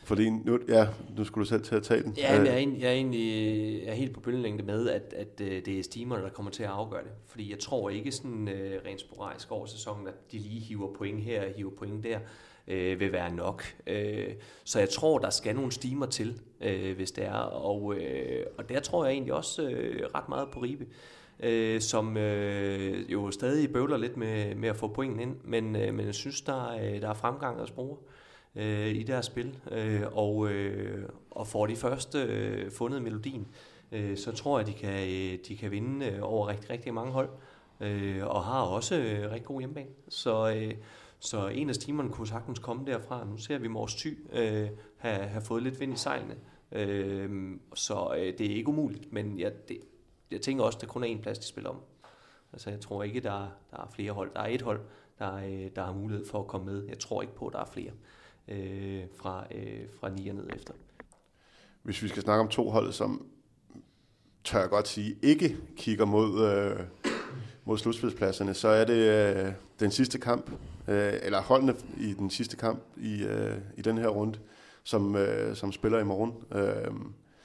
Speaker 2: Fordi nu, ja, nu skulle du selv til at tage den.
Speaker 4: Ja, men jeg er, egentlig, jeg er egentlig jeg er helt på bølgelængde med, at, at det er steamerne, der kommer til at afgøre det. Fordi jeg tror ikke sådan uh, rent sporadisk over sæsonen, at de lige hiver point her og hiver point der, uh, vil være nok. Uh, så jeg tror, der skal nogle steamer til, uh, hvis det er. Og, uh, og der tror jeg egentlig også uh, ret meget på Ribe. Øh, som øh, jo stadig bøvler lidt med, med at få pointen ind, men, øh, men jeg synes, der er, der er fremgang at spore øh, i deres spil, øh, og, øh, og får de først øh, fundet melodien, øh, så tror jeg, de kan, de kan vinde øh, over rigtig, rigtig mange hold, øh, og har også øh, rigtig god hjemmebane. Så, øh, så en af steamerne kunne sagtens komme derfra. Nu ser vi Mors Thy øh, have, have fået lidt vind i sejlene, øh, så øh, det er ikke umuligt, men ja, det jeg tænker også, at der kun er én plads, de spiller om. Altså, jeg tror ikke, der er, der er flere hold. Der er et hold, der, er, der har mulighed for at komme med. Jeg tror ikke på, at der er flere øh, fra, øh, fra ni og ned efter.
Speaker 2: Hvis vi skal snakke om to hold, som tør jeg godt sige, ikke kigger mod, øh, mod slutspilspladserne, så er det øh, den sidste kamp, øh, eller holdene i den sidste kamp i, øh, i den her runde, som, øh, som spiller i morgen. Øh,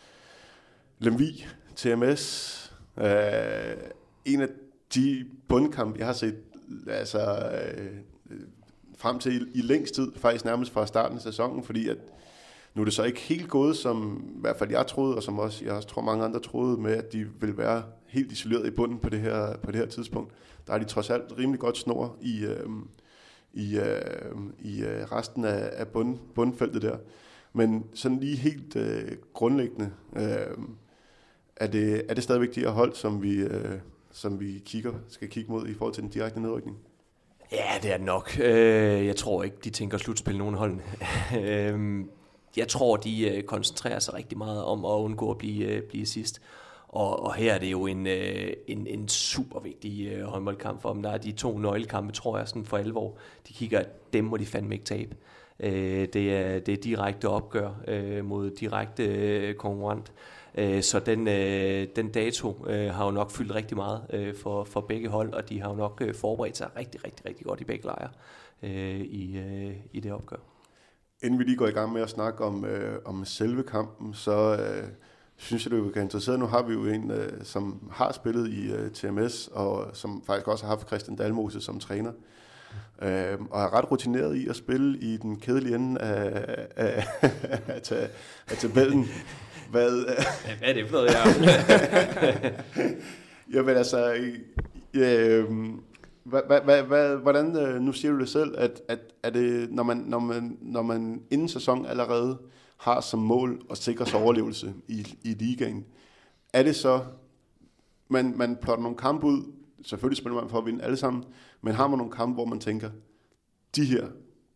Speaker 2: Lemvig, T M S, Øh, en af de bundkampe, jeg har set altså, øh, frem til i, i længst tid, faktisk nærmest fra starten af sæsonen, fordi at nu er det så ikke helt gået, som i hvert fald jeg troede, og som også jeg også tror mange andre troede, med at de vil være helt isoleret i bunden på det her, på det her tidspunkt. Der er de trods alt rimelig godt snor i, øh, i, øh, i øh, resten af, af bund, bundfeltet der. Men sådan lige helt øh, grundlæggende, øh, Er det, er det stadigvæk de her hold, som vi, øh, som vi kigger, skal kigge mod i forhold til den direkte nedrykning?
Speaker 4: Ja, det er det nok. Øh, jeg tror ikke, de tænker slutspil nogen af holdene. øh, jeg tror, de øh, koncentrerer sig rigtig meget om at undgå at blive, øh, blive sidst. Og, og her er det jo en, øh, en, en super vigtig øh, håndboldkamp for dem. Der er de to nøglekampe, tror jeg, sådan for alvor. De kigger, dem må de fandme ikke tabe. Øh, det, er, det er direkte opgør øh, mod direkte øh, konkurrent. Så den, den dato har jo nok fyldt rigtig meget for, for begge hold, og de har jo nok forberedt sig rigtig, rigtig, rigtig godt i begge lejre i, i det opgør.
Speaker 2: Inden vi lige går i gang med at snakke om, øh, om selve kampen, så øh, synes jeg, det er interessant. Nu har vi jo en, øh, som har spillet i øh, T M S, og som faktisk også har haft Christian Dalmose som træner. Øh, og er ret rutineret i at spille i den kedelige ende af, af, af, af, af tabellen. Hvad,
Speaker 4: Hvad er det for noget, jeg
Speaker 2: Jamen altså, øh, hvad, hvad, hvad, hvordan, nu siger du det selv, at, at, at det, når, man, når, man, når man inden sæson allerede har som mål at sikre sig overlevelse i, i ligaen, er det så, man, man plotter nogle kampe ud, selvfølgelig spiller man for at vinde alle sammen, men har man nogle kampe, hvor man tænker, de her,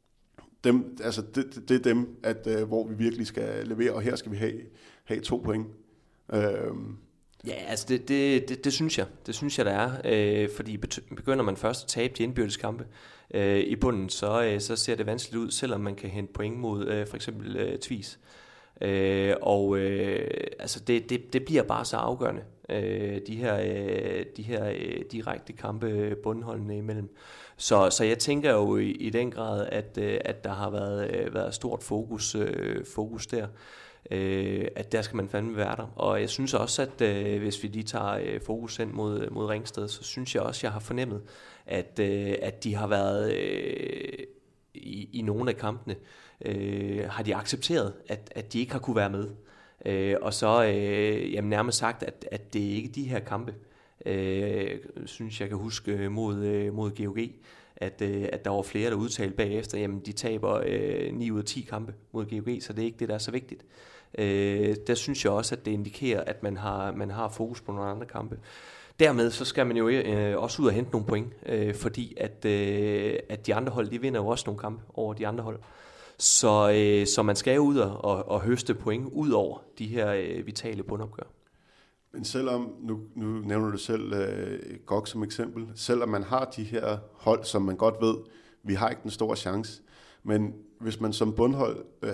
Speaker 2: dem, altså det, det, det er dem, at, uh, hvor vi virkelig skal levere, og her skal vi have, have to point. Øhm.
Speaker 4: Ja, altså det, det, det, det synes jeg. Det synes jeg, der er. Øh, fordi begynder man først at tabe de indbyrdes kampe øh, i bunden, så, øh, så ser det vanskeligt ud, selvom man kan hente point mod øh, for eksempel øh, Tvis. Øh, og øh, altså det, det, det bliver bare så afgørende, øh, de her, øh, de her øh, direkte kampe bundholdene imellem. Så, så jeg tænker jo i, i den grad, at, øh, at der har været, øh, været stort fokus, øh, fokus der. Øh, at der skal man fandme være der. Og jeg synes også, at øh, hvis vi lige tager øh, fokus ind mod, mod Ringsted, så synes jeg også, at jeg har fornemmet, at, øh, at de har været øh, i, i nogle af kampene, øh, har de accepteret, at, at de ikke har kunne være med. Øh, og så øh, jamen, nærmest sagt, at, at det ikke er de her kampe, øh, synes jeg kan huske mod, øh, mod G O G, at, øh, at der var flere, der udtalte bagefter, jamen de taber øh, ni ud af ti kampe mod G O G, så det er ikke det, der er så vigtigt. Øh, der synes jeg også, at det indikerer, at man har, man har fokus på nogle andre kampe. Dermed så skal man jo øh, også ud og hente nogle point, øh, fordi at, øh, at de andre hold, de vinder jo også nogle kampe over de andre hold. Så, øh, så man skal jo ud og, og, og høste point ud over de her øh, vitale bundopgør.
Speaker 2: Men selvom, nu, nu nævner du selv øh, G O G som eksempel, selvom man har de her hold, som man godt ved, vi har ikke den store chance, men hvis man som bundhold øh,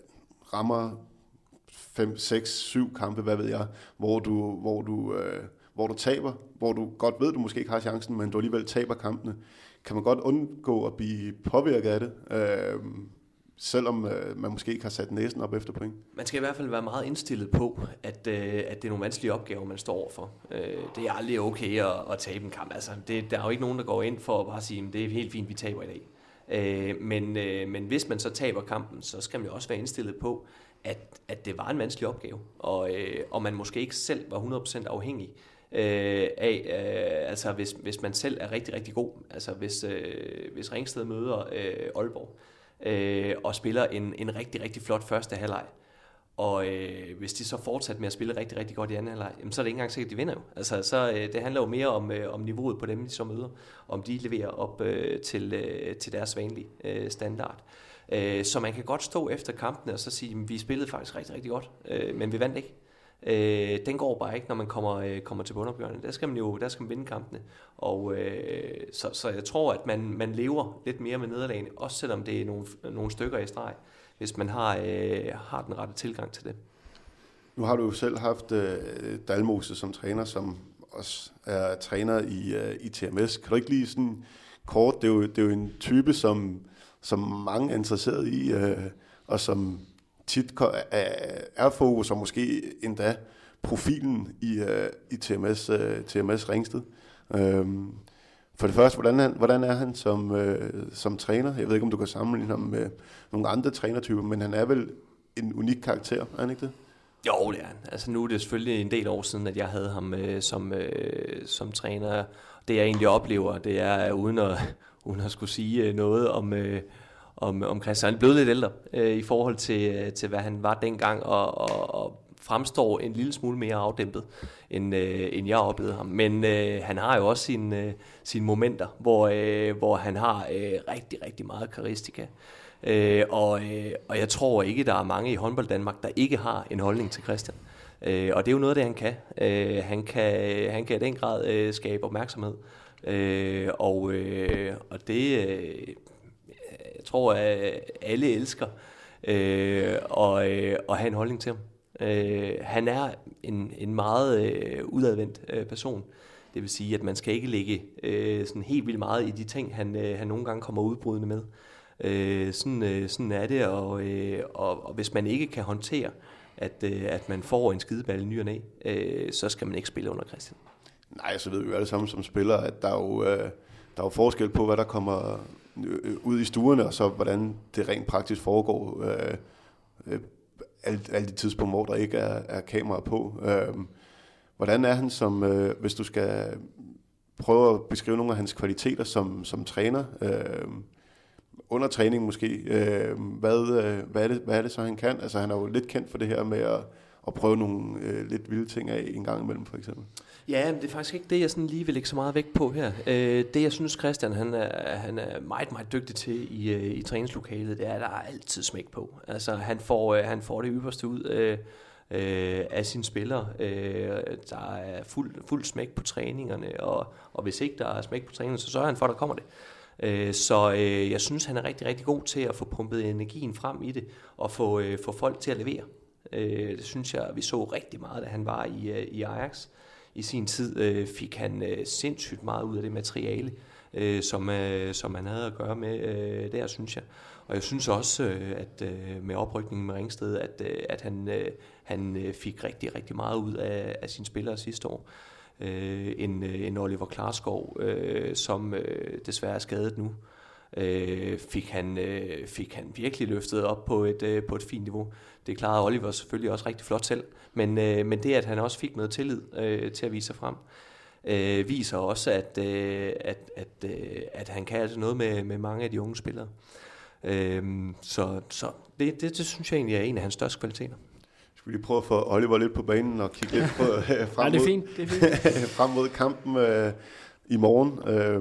Speaker 2: rammer fem, seks, syv kampe, hvad ved jeg, hvor du, hvor du, øh, hvor du taber, hvor du godt ved, du måske ikke har chancen, men du alligevel taber kampene, kan man godt undgå at blive påvirket af det. Øh, selvom øh, man måske ikke har sat næsen op efter point.
Speaker 4: Man skal i hvert fald være meget indstillet på, at, øh, at det er nogle vanskelige opgaver, man står overfor. Øh, det er aldrig okay at, at tabe en kamp. Altså, det, der er jo ikke nogen, der går ind for at bare sige, at det er helt fint, vi taber i dag. Øh, men, øh, men hvis man så taber kampen, så skal man jo også være indstillet på, at, at det var en vanskelig opgave, og, øh, og man måske ikke selv var hundrede procent afhængig øh, af, øh, altså hvis, hvis man selv er rigtig, rigtig god. Altså hvis, øh, hvis Ringsted møder øh, Aalborg, Øh, og spiller en, en rigtig, rigtig flot første halvleg. Og øh, hvis de så fortsætter med at spille rigtig, rigtig godt i anden halvleg, jamen, så er det ikke engang sikkert, at de vinder jo. Altså, så, øh, det handler jo mere om, øh, om niveauet på dem, de så møder, om de leverer op øh, til, øh, til deres vanlige øh, standard. Øh, så man kan godt stå efter kampene og så sige, at vi spillede faktisk rigtig, rigtig godt, øh, men vi vandt ikke. Øh, den går bare ikke, når man kommer, øh, kommer til bundopgørende. Der skal man jo der skal man vinde kampene. Og, øh, så, så jeg tror, at man, man lever lidt mere med nederlagene, også selvom det er nogle, nogle stykker i streg, hvis man har, øh, har den rette tilgang til det.
Speaker 2: Nu har du jo selv haft øh, Dalmose som træner, som også er træner i, øh, i T M S. Kan du ikke lige sådan kort, det er jo, det er jo en type, som, som mange er interesseret i, øh, og som tit er fokus, og måske endda profilen i, uh, i T M S, uh, T M S Ringsted. Um, for det første, hvordan, han, hvordan er han som, uh, som træner? Jeg ved ikke, om du kan sammenligne ham med nogle andre trænertyper, men han er vel en unik karakter, er han ikke det?
Speaker 4: Jo, det er han. Altså, nu er det selvfølgelig en del år siden, at jeg havde ham øh, som, øh, som træner. Det jeg egentlig oplever, det er uden at, uden at skulle sige noget om... Øh, Om, om Christian. Han er blevet lidt ældre øh, i forhold til, til, hvad han var dengang, og, og, og fremstår en lille smule mere afdæmpet, end, øh, end jeg oplevede ham. Men øh, han har jo også sine, øh, sine momenter, hvor, øh, hvor han har øh, rigtig, rigtig meget karistika. Øh, og, øh, og jeg tror ikke, der er mange i håndbold Danmark, der ikke har en holdning til Christian. Øh, og det er jo noget af det, han kan. Øh, han kan. Han kan i den grad øh, skabe opmærksomhed. Øh, og, øh, og det... Øh, Jeg tror, at alle elsker øh, og, øh, at have en holdning til ham. Øh, han er en, en meget øh, udadvendt øh, person. Det vil sige, at man skal ikke lægge øh, sådan helt vildt meget i de ting, han, øh, han nogle gange kommer udbrydende med. Øh, sådan, øh, sådan er det, og, øh, og, og hvis man ikke kan håndtere, at, øh, at man får en skideball i ny og næ, øh, så skal man ikke spille under Christian.
Speaker 2: Nej, så ved vi jo alle sammen som spillere, at der er jo, øh, der er jo forskel på, hvad der kommer ud i stuerne, og så hvordan det rent praktisk foregår øh, øh, alle, alle de tidspunkter, hvor der ikke er, er kamera på. Øh, hvordan er han som, øh, hvis du skal prøve at beskrive nogle af hans kvaliteter som, som træner, øh, under træning måske, øh, hvad, øh, hvad, er det, hvad er det så, han kan? Altså, han er jo lidt kendt for det her med at, at prøve nogle øh, lidt vilde ting af en gang imellem, for eksempel.
Speaker 4: Ja, men det er faktisk ikke det, jeg sådan lige vil lægge så meget vægt på her. Øh, det, jeg synes, Christian han er, han er meget, meget dygtig til i, i træningslokalet, det er, at der er altid smæk på. Altså, han får, øh, han får det ypperste ud øh, øh, af sine spillere. Øh, der er fuld, fuld smæk på træningerne, og, og hvis ikke der er smæk på træningerne, så sørger han for, at der kommer det. Øh, så øh, jeg synes, han er rigtig, rigtig god til at få pumpet energien frem i det, og få, øh, få folk til at levere. Øh, det synes jeg, vi så rigtig meget, da han var i, øh, i Ajax. I sin tid øh, fik han øh, sindssygt meget ud af det materiale, øh, som, øh, som han havde at gøre med øh, der, synes jeg. Og jeg synes også, øh, at øh, med oprykningen med Ringsted, at, øh, at han, øh, han øh, fik rigtig, rigtig meget ud af, af sine spillere sidste år. Øh, en, en Oliver Klarskov, øh, som øh, desværre er skadet nu, øh, fik, han, øh, fik han virkelig løftet op på et, øh, på et fint niveau. Det klarede Oliver selvfølgelig også rigtig flot selv, men, øh, men det, at han også fik noget tillid øh, til at vise sig frem, øh, viser også, at, øh, at, at, øh, at han kan altså noget med, med mange af de unge spillere. Øh, så så det, det, det synes jeg egentlig er en af hans største kvaliteter.
Speaker 2: Skal vi lige prøve at få Oliver lidt på banen og kigge lidt på, øh, frem,
Speaker 3: ja, det er fint. Det er fint.
Speaker 2: frem mod kampen øh, i morgen. Øh,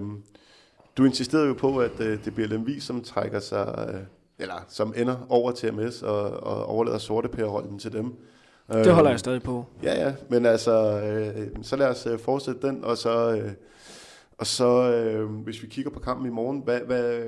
Speaker 2: du insisterede jo på, at øh, det bliver Lemvig, som trækker sig, øh, eller som ender over til T M S og, og overlader sortepærerollen til dem.
Speaker 3: Det holder jeg stadig på.
Speaker 2: Ja, ja, men altså, øh, så lad os øh, fortsætte den, og så, øh, og så øh, hvis vi kigger på kampen i morgen, hvad, hvad,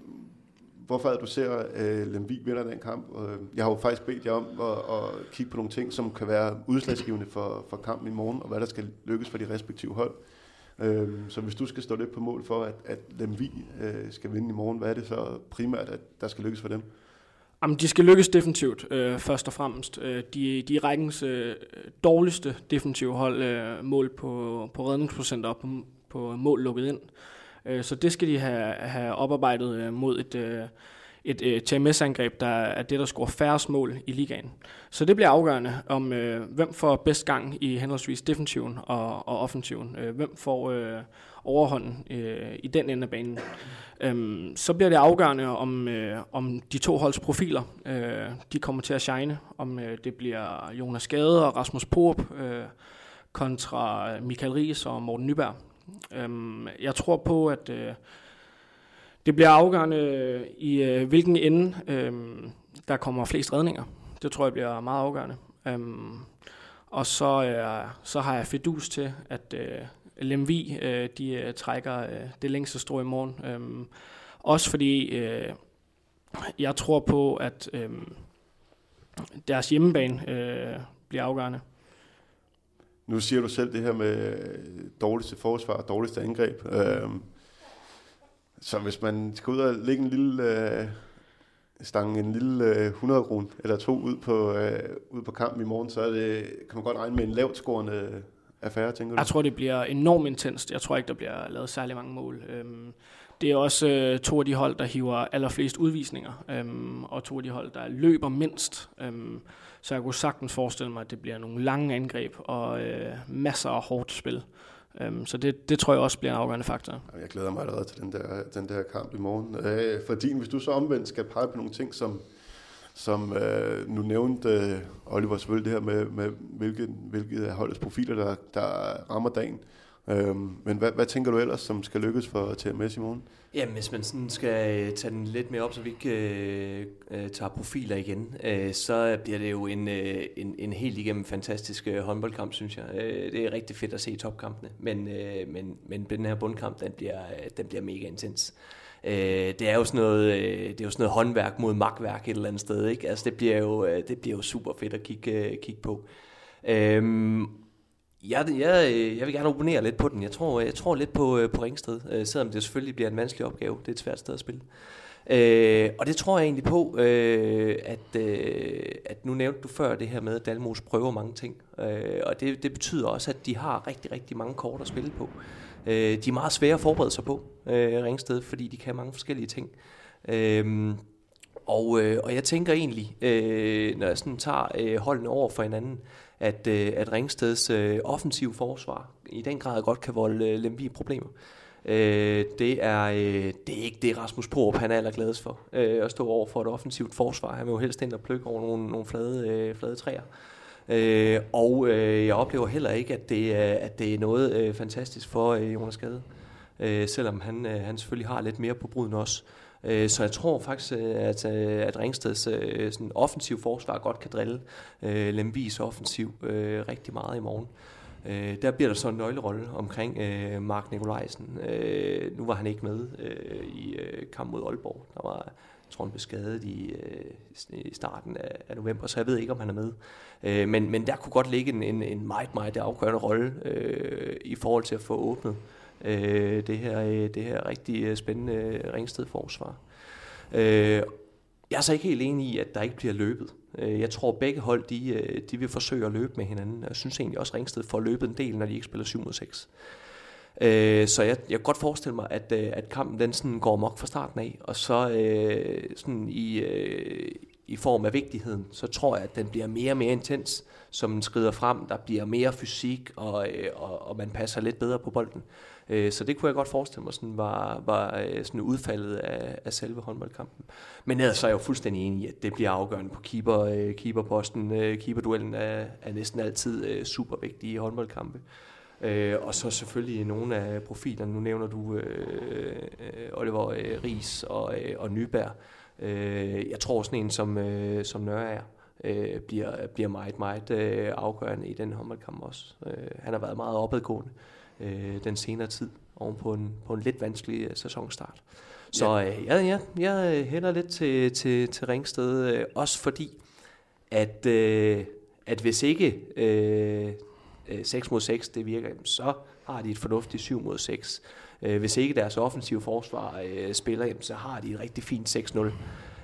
Speaker 2: hvorfor er du ser øh, Lemvig vinder den kamp? Jeg har jo faktisk bedt jer om at, at kigge på nogle ting, som kan være udslagsgivende for, for kampen i morgen, og hvad der skal lykkes for de respektive hold. Øh, så hvis du skal stå lidt på mål for, at, at Lemvig øh, skal vinde i morgen, hvad er det så primært, at der skal lykkes for dem?
Speaker 3: Jamen, de skal lykkes defensivt, øh, først og fremmest. Øh, de, de er rækkens øh, dårligste defensive hold øh, mål på, på redningsprocenter og på, på mål lukket ind. Øh, så det skal de have, have oparbejdet øh, mod et, øh, et øh, T M S-angreb, der er det, der scorer færrest mål i ligaen. Så det bliver afgørende om, øh, hvem får bedst gang i henholdsvis defensiven og, og offensiven. Øh, hvem får øh, overhånden øh, i den ende af banen. Øhm, så bliver det afgørende, om, øh, om de to holds profiler øh, de kommer til at shine. Om øh, det bliver Jonas Gade og Rasmus Porup øh, kontra Michael Ries og Morten Nyberg. Øhm, jeg tror på, at øh, det bliver afgørende i øh, hvilken ende øh, der kommer flest redninger. Det tror jeg bliver meget afgørende. Øhm, og så, øh, så har jeg fidus til, at øh, Lemvig, øh, de øh, trækker øh, det længste strå i morgen. Øhm, også fordi øh, jeg tror på, at øh, deres hjemmebane øh, bliver afgørende.
Speaker 2: Nu siger du selv det her med dårligste forsvar og dårligste angreb. Øhm, så hvis man skal ud og lægge en lille øh, stange, en lille øh, hundrede kroner eller to ud på, øh, ud på kampen i morgen, så er det, kan man godt regne med en lavt scorende affære, tænker du?
Speaker 3: Jeg tror, det bliver enormt intenst. Jeg tror ikke, der bliver lavet særlig mange mål. Øhm, det er også øh, to af de hold, der hiver allerflest udvisninger, øhm, og to af de hold, der løber mindst. Øhm, så jeg kunne sagtens forestille mig, at det bliver nogle lange angreb og øh, masser af hårdt spil. Øhm, så det, det tror jeg også bliver en afgørende faktor.
Speaker 2: Jeg glæder mig allerede til den der, den der kamp i morgen. Øh, for din, hvis du så omvendt skal pege på nogle ting, som som øh, nu nævnte øh, Oliver selvfølgelig det her med, med hvilke, hvilke af holdets profiler, der, der rammer dagen. Øhm, men hvad, hvad tænker du ellers, som skal lykkes for T M S i morgen?
Speaker 4: Jamen, hvis man sådan skal tage den lidt mere op, så vi ikke øh, tager profiler igen, øh, så bliver det jo en, øh, en, en helt igennem fantastisk øh, håndboldkamp, synes jeg. Øh, det er rigtig fedt at se topkampene, men, øh, men, men den her bundkamp, den bliver, den bliver mega intens. Øh, det er jo sådan noget, øh, det er jo sådan noget håndværk mod magtværk et eller andet sted, ikke? Altså, det bliver jo, det bliver jo super fedt at kigge, kigge på. Øh, Jeg, jeg, jeg vil gerne abonnere lidt på den. Jeg tror, jeg tror lidt på, på Ringsted, øh, selvom det selvfølgelig bliver en vanskelig opgave. Det er et svært sted at spille. Øh, og det tror jeg egentlig på, øh, at, øh, at nu nævnte du før det her med, at Dalmos prøver mange ting. Øh, og det, det betyder også, at de har rigtig, rigtig mange kort at spille på. Øh, de er meget svære at forberede sig på, øh, Ringsted, fordi de kan mange forskellige ting. Øh, og, øh, og jeg tænker egentlig, øh, når jeg sådan tager øh, holdene over for hinanden, at, øh, at Ringsteds øh, offensiv forsvar i den grad godt kan volde øh, Lemvig problemer. Øh, det, er, øh, det er ikke det, Rasmus Porup han er allergladest for, øh, at stå over for et offensivt forsvar. Han vil jo helst ind og plukke over nogle, nogle flade, øh, flade træer. Øh, og øh, jeg oplever heller ikke, at det, øh, at det er noget øh, fantastisk for øh, Jonas Gade, øh, selvom han, øh, han selvfølgelig har lidt mere på bruden også. Så jeg tror faktisk, at, at Ringsteds sådan offensiv forsvar godt kan drille øh, Lemvigs offensiv øh, rigtig meget i morgen. Øh, der bliver der så en nøglerolle omkring øh, Mark Nikolajsen. Øh, nu var han ikke med øh, i øh, kamp mod Aalborg. Der var, jeg tror, han blev skadet i, øh, i starten af, af november, så jeg ved ikke, om han er med. Øh, men, men der kunne godt ligge en, en, en meget, meget afgørende rolle øh, i forhold til at få åbnet Øh, det her det her rigtig spændende Ringsted forsvar. Øh, jeg er så ikke helt enig i, at der ikke bliver løbet. Øh, jeg tror begge hold de, de vil forsøge at løbe med hinanden. Jeg synes egentlig også, at Ringsted får løbet en del, når de ikke spiller syv mod seks. Øh, så jeg, jeg kan godt forestille mig, at, at kampen den sådan går mok fra starten af, og så øh, sådan i, øh, i form af vigtigheden, så tror jeg, at den bliver mere og mere intens, som den skrider frem. Der bliver mere fysik, og, og, og man passer lidt bedre på bolden. Så det kunne jeg godt forestille mig, sådan var, var sådan udfaldet af, af selve håndboldkampen. Men ellers så er jeg jo fuldstændig enig i, at det bliver afgørende på keeper, keeperposten. Keeperduellen er, er næsten altid super vigtig i håndboldkampe. Og så selvfølgelig nogle af profilerne. Nu nævner du øh, Oliver øh, Ries og, øh, og Nyberg. Øh, jeg tror sådan en som, øh, som Nørager øh, bliver, bliver meget, meget øh, afgørende i den håndboldkamp også. Øh, han har været meget opadgående øh, den senere tid, oven på en, på en lidt vanskelig øh, sæsonstart. Så øh, ja, ja, jeg hælder lidt til, til, til Ringsted, øh, også fordi, at, øh, at hvis ikke øh, seks mod seks det virker, så har de et fornuftigt syv mod seks. Øh, hvis ikke deres offensive forsvar øh, spiller, så har de et rigtig fint seks nul.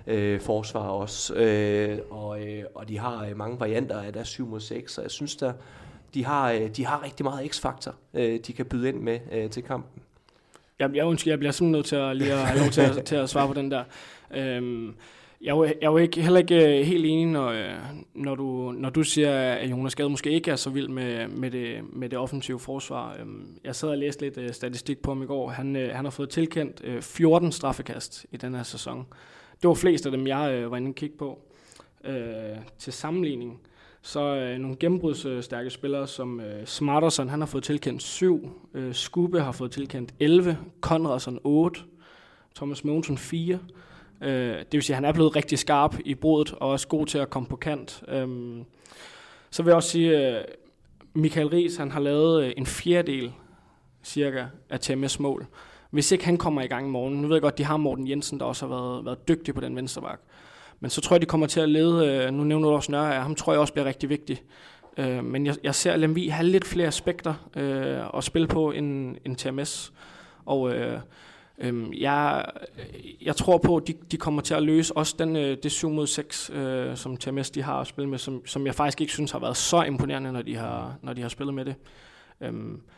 Speaker 4: øh, forsvar også, øh, og, øh, og de har øh, mange varianter af deres syv mod seks, så jeg synes, der, de, har, øh, de har rigtig meget x-faktor, øh, de kan byde ind med øh, til kampen.
Speaker 3: Jeg, jeg, undskyld, jeg bliver simpelthen nødt til at, lige at have lov til at, til at svare på den der. Øhm, jeg, er, jeg er jo ikke, heller ikke helt enig, når, når, du, når du siger, at Jonas Gade måske ikke er så vild med, med, det, med det offensive forsvar. Øhm, jeg sad og læste lidt uh, statistik på ham i går. Han, uh, han har fået tilkendt uh, fjorten straffekast i den her sæson. Det var flest af dem, jeg uh, var inde og kigge på. Uh, til sammenligning, så uh, nogle gennembrudsstærke spillere som uh, Smarterson, han har fået tilkendt syv, uh, Skubbe har fået tilkendt elleve, Konradsson otte, Thomas Mogensen fire. Uh, det vil sige, at han er blevet rigtig skarp i brudet og også god til at komme på kant. Um, så vil jeg også sige, at uh, Michael Riis, han har lavet uh, en fjerdedel cirka af T M S mål. Hvis ikke han kommer i gang i morgen, nu ved jeg godt, de har Morten Jensen, der også har været, været dygtig på den venstre bak. Men så tror jeg, de kommer til at lede, nu nævner du også Nørre, ham tror jeg også bliver rigtig vigtig. Øh, men jeg, jeg ser Lemvig have lidt flere aspekter øh, at spille på end, end T M S. Og øh, øh, jeg, jeg tror på, at de, de kommer til at løse også den, øh, det syv mod seks, øh, som T M S de har at spille med, som, som jeg faktisk ikke synes har været så imponerende, når de har, når de har spillet med det. Øh,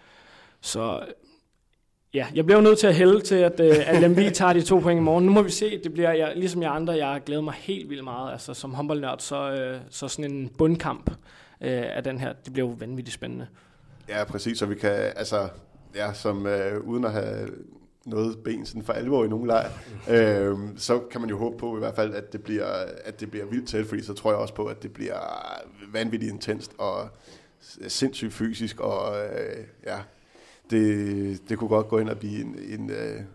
Speaker 3: så... Ja, jeg bliver jo nødt til at hælde til, at, øh, at Lemvig tager de to point i morgen. Nu må vi se, det bliver, jeg, ligesom jeg andre, jeg glæder mig helt vildt meget. Altså som håndboldnørd, så, øh, så sådan en bundkamp øh, af den her, det bliver jo vanvittigt spændende.
Speaker 2: Ja, præcis, så vi kan, altså, ja, som øh, uden at have noget ben sådan for alvor i nogen lejr, øh, så kan man jo håbe på i hvert fald, at det bliver, at det bliver vildt tæt, fordi så tror jeg også på, at det bliver vanvittigt intenst og sindssygt fysisk, og øh, ja, Det, det kunne godt gå ind og blive en, en,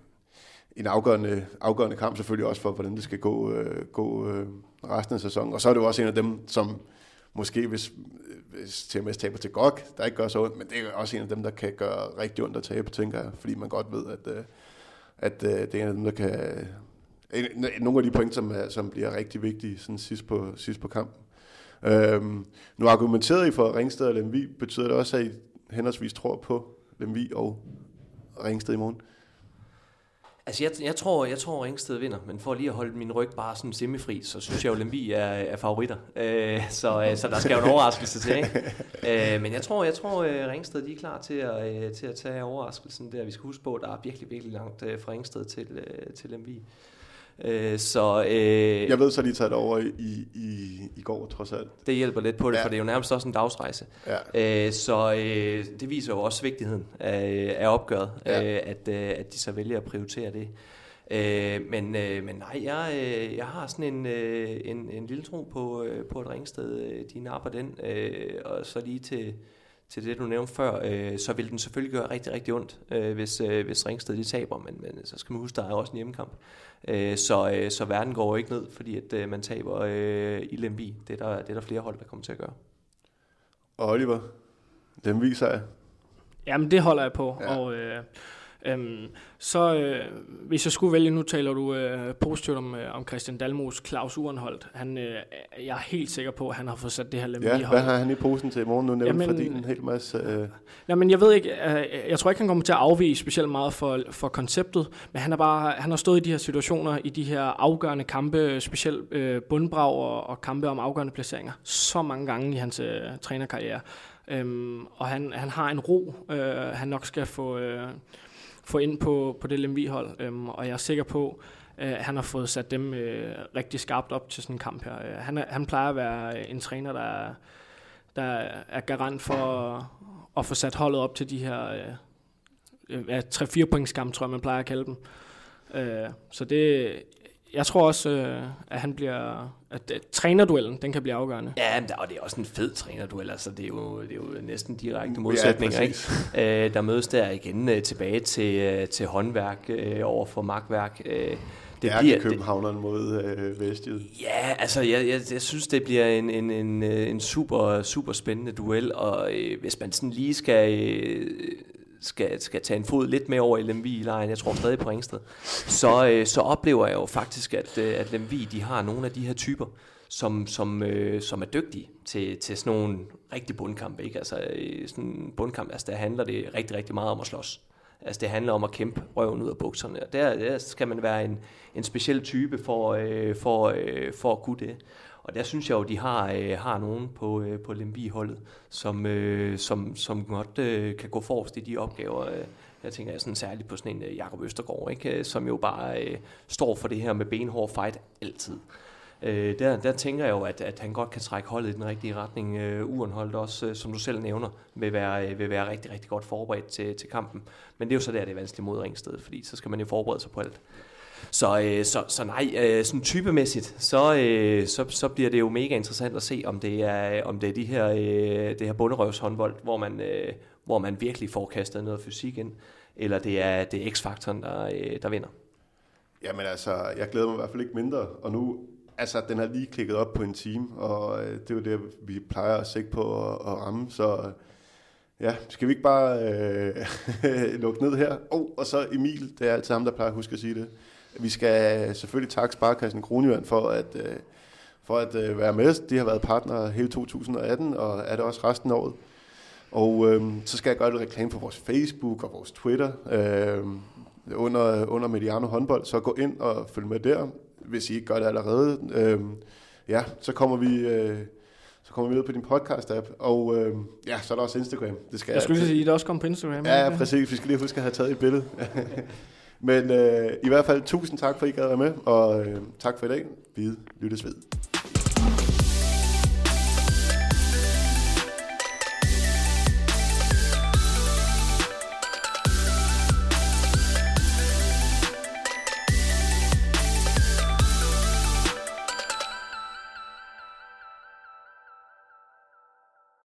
Speaker 2: en afgørende, afgørende kamp, selvfølgelig også for, hvordan det skal gå, gå resten af sæsonen. Og så er det jo også en af dem, som måske, hvis, hvis T M S taber til G O G, der ikke gør så ondt, men det er også en af dem, der kan gøre rigtig ondt at tabe, tænker jeg, fordi man godt ved, at, at det er en af dem, der kan... Nogle af de point, som, som bliver rigtig vigtige sådan sidst, på, sidst på kampen. Øhm, nu argumenterede I for Ringsted og Lemvig. Betyder det også, at I henholdsvis tror på Lemvig og Ringsted i morgen?
Speaker 4: Altså jeg, jeg tror jeg tror Ringsted vinder, men for lige at holde min ryg bare sådan semifri, så synes jeg jo Lemvig er, er favoritter. Øh, så, så der skal jo en overraskelse til, ikke? Øh, men jeg tror jeg tror Ringsted de er klar til at til at tage overraskelsen der. Vi skal huske på, at der er virkelig virkelig langt fra Ringsted til til Lemvig. Øh, så, øh,
Speaker 2: jeg ved så, de taget over i, i, i går, trods alt.
Speaker 4: Det hjælper lidt på det,
Speaker 2: ja.
Speaker 4: For det er jo nærmest også en dagsrejse.
Speaker 2: Ja.
Speaker 4: Øh, så øh, det viser jo også vigtigheden af, af opgøret, ja. øh, at, øh, at de så vælger at prioritere det. Øh, men, øh, men nej, jeg, øh, jeg har sådan en, øh, en, en lille tro på, øh, på et Ringsted, øh, de napper den, øh, og så lige til... til det, du nævnte før, øh, så vil den selvfølgelig gøre rigtig, rigtig ondt, øh, hvis, øh, hvis Ringsted de taber, men, men så skal man huske, der er også en hjemmekamp. Øh, så, øh, så verden går ikke ned, fordi at, øh, man taber øh, i Lemvig. Det er, der, det er der flere hold, der kommer til at gøre.
Speaker 2: Og Oliver, Lemvig sejr?
Speaker 3: Jamen, det holder jeg på,
Speaker 2: ja.
Speaker 3: og... Øh Øhm, så øh, hvis jeg skulle vælge, nu taler du øh, positivt om, øh, om Christian Dalmos, Claus Urenholdt. Han, øh, jeg er helt sikker på, at han har fået sat det her Lemvig hold.
Speaker 2: Ja, hvad har han i posen til i morgen? Nu nævnte fordi en hel masse... Øh...
Speaker 3: Ja, men jeg ved ikke, øh, jeg tror ikke, han kommer til at afvige specielt meget for, for konceptet, men han, er bare, han har stået i de her situationer, i de her afgørende kampe, specielt øh, bundbrag og, og kampe om afgørende placeringer, så mange gange i hans øh, trænerkarriere. Øhm, og han, han har en ro, øh, han nok skal få... Øh, få ind på, på det Lemvig-hold, øhm, og jeg er sikker på, at øh, han har fået sat dem øh, rigtig skarpt op til sådan en kamp her. Øh, han, er, han plejer at være en træner, der er, der er garant for at, at få sat holdet op til de her øh, tre-fire pointskamp, tror jeg, man plejer at kalde dem. Øh, så det... Jeg tror også, øh, at han bliver, at, at trænerduellen, den kan blive afgørende.
Speaker 4: Ja, men der, og det er også en fed trænerduel, altså det er jo, det er jo næsten direkte modsætninger, ja, ikke? Øh, der mødes der igen øh, tilbage til, øh, til håndværk øh, over for magtværk. Øh,
Speaker 2: det det er bliver Københavneren mod øh, Vestjyd.
Speaker 4: Ja, altså jeg, jeg, jeg synes, det bliver en, en, en, en super, super spændende duel, og øh, hvis man sådan lige skal... Øh, Skal, skal tage en fod lidt mere over i Lemvig-lejen, jeg tror stadig på Ringsted, så, øh, så oplever jeg jo faktisk, at, øh, at Lemvig, de har nogle af de her typer, som, som, øh, som er dygtige til, til sådan nogle rigtig bundkampe, ikke? Altså sådan en bundkamp, altså der handler det rigtig, rigtig meget om at slås. Altså det handler om at kæmpe røven ud af bukserne, og der, der skal man være en, en speciel type for, øh, for, øh, for at kunne det. Og der synes jeg jo, de har, øh, har nogen på, øh, på Lemvig-holdet, som, øh, som, som godt øh, kan gå forrest i de opgaver. Øh. Jeg tænker sådan særligt på sådan en øh, Jakob Østergaard, ikke? Som jo bare øh, står for det her med benhård fight altid. Øh, der, der tænker jeg jo, at, at han godt kan trække holdet i den rigtige retning. Øh, Urenholdt også, øh, som du selv nævner, vil være, øh, vil være rigtig, rigtig godt forberedt til, til kampen. Men det er jo så der, det er vanskeligt mod Ringsted, fordi så skal man jo forberede sig på alt. Så, øh, så, så nej, øh, sådan typemæssigt, så, øh, så, så bliver det jo mega interessant at se, om det er, om det er de her, øh, det her bunderøvshåndbold, hvor man, øh, hvor man virkelig får kastet noget fysik ind, eller det er, det er X-faktoren, der, øh, der vinder.
Speaker 2: Jamen altså, jeg glæder mig i hvert fald ikke mindre, og nu, altså den har lige klikket op på en time, og øh, det er jo det, vi plejer at sigte på at, at ramme, så øh, ja, skal vi ikke bare øh, lukke ned her? Oh, og så Emil, det er altid ham, der plejer at huske at sige det. Vi skal selvfølgelig takke Sparekassen Kronjylland for at, øh, for at øh, være med. De har været partnere hele to tusind og atten, og er det også resten af året. Og øh, så skal jeg gøre lidt reklame for vores Facebook og vores Twitter øh, under, under Mediano Håndbold. Så gå ind og følg med der, hvis I ikke gør det allerede. Øh, ja, så kommer vi... Øh, Så kommer vi ud på din podcast-app, og øh, ja, så er der også Instagram. Det skal
Speaker 3: jeg skulle lige sige, at det også kommer på Instagram.
Speaker 2: Ja, ja, præcis. Vi skal lige huske at have taget et billede. Men øh, i hvert fald tusind tak for, at I gad være med, og øh, tak for i dag. Vi lyttes ved.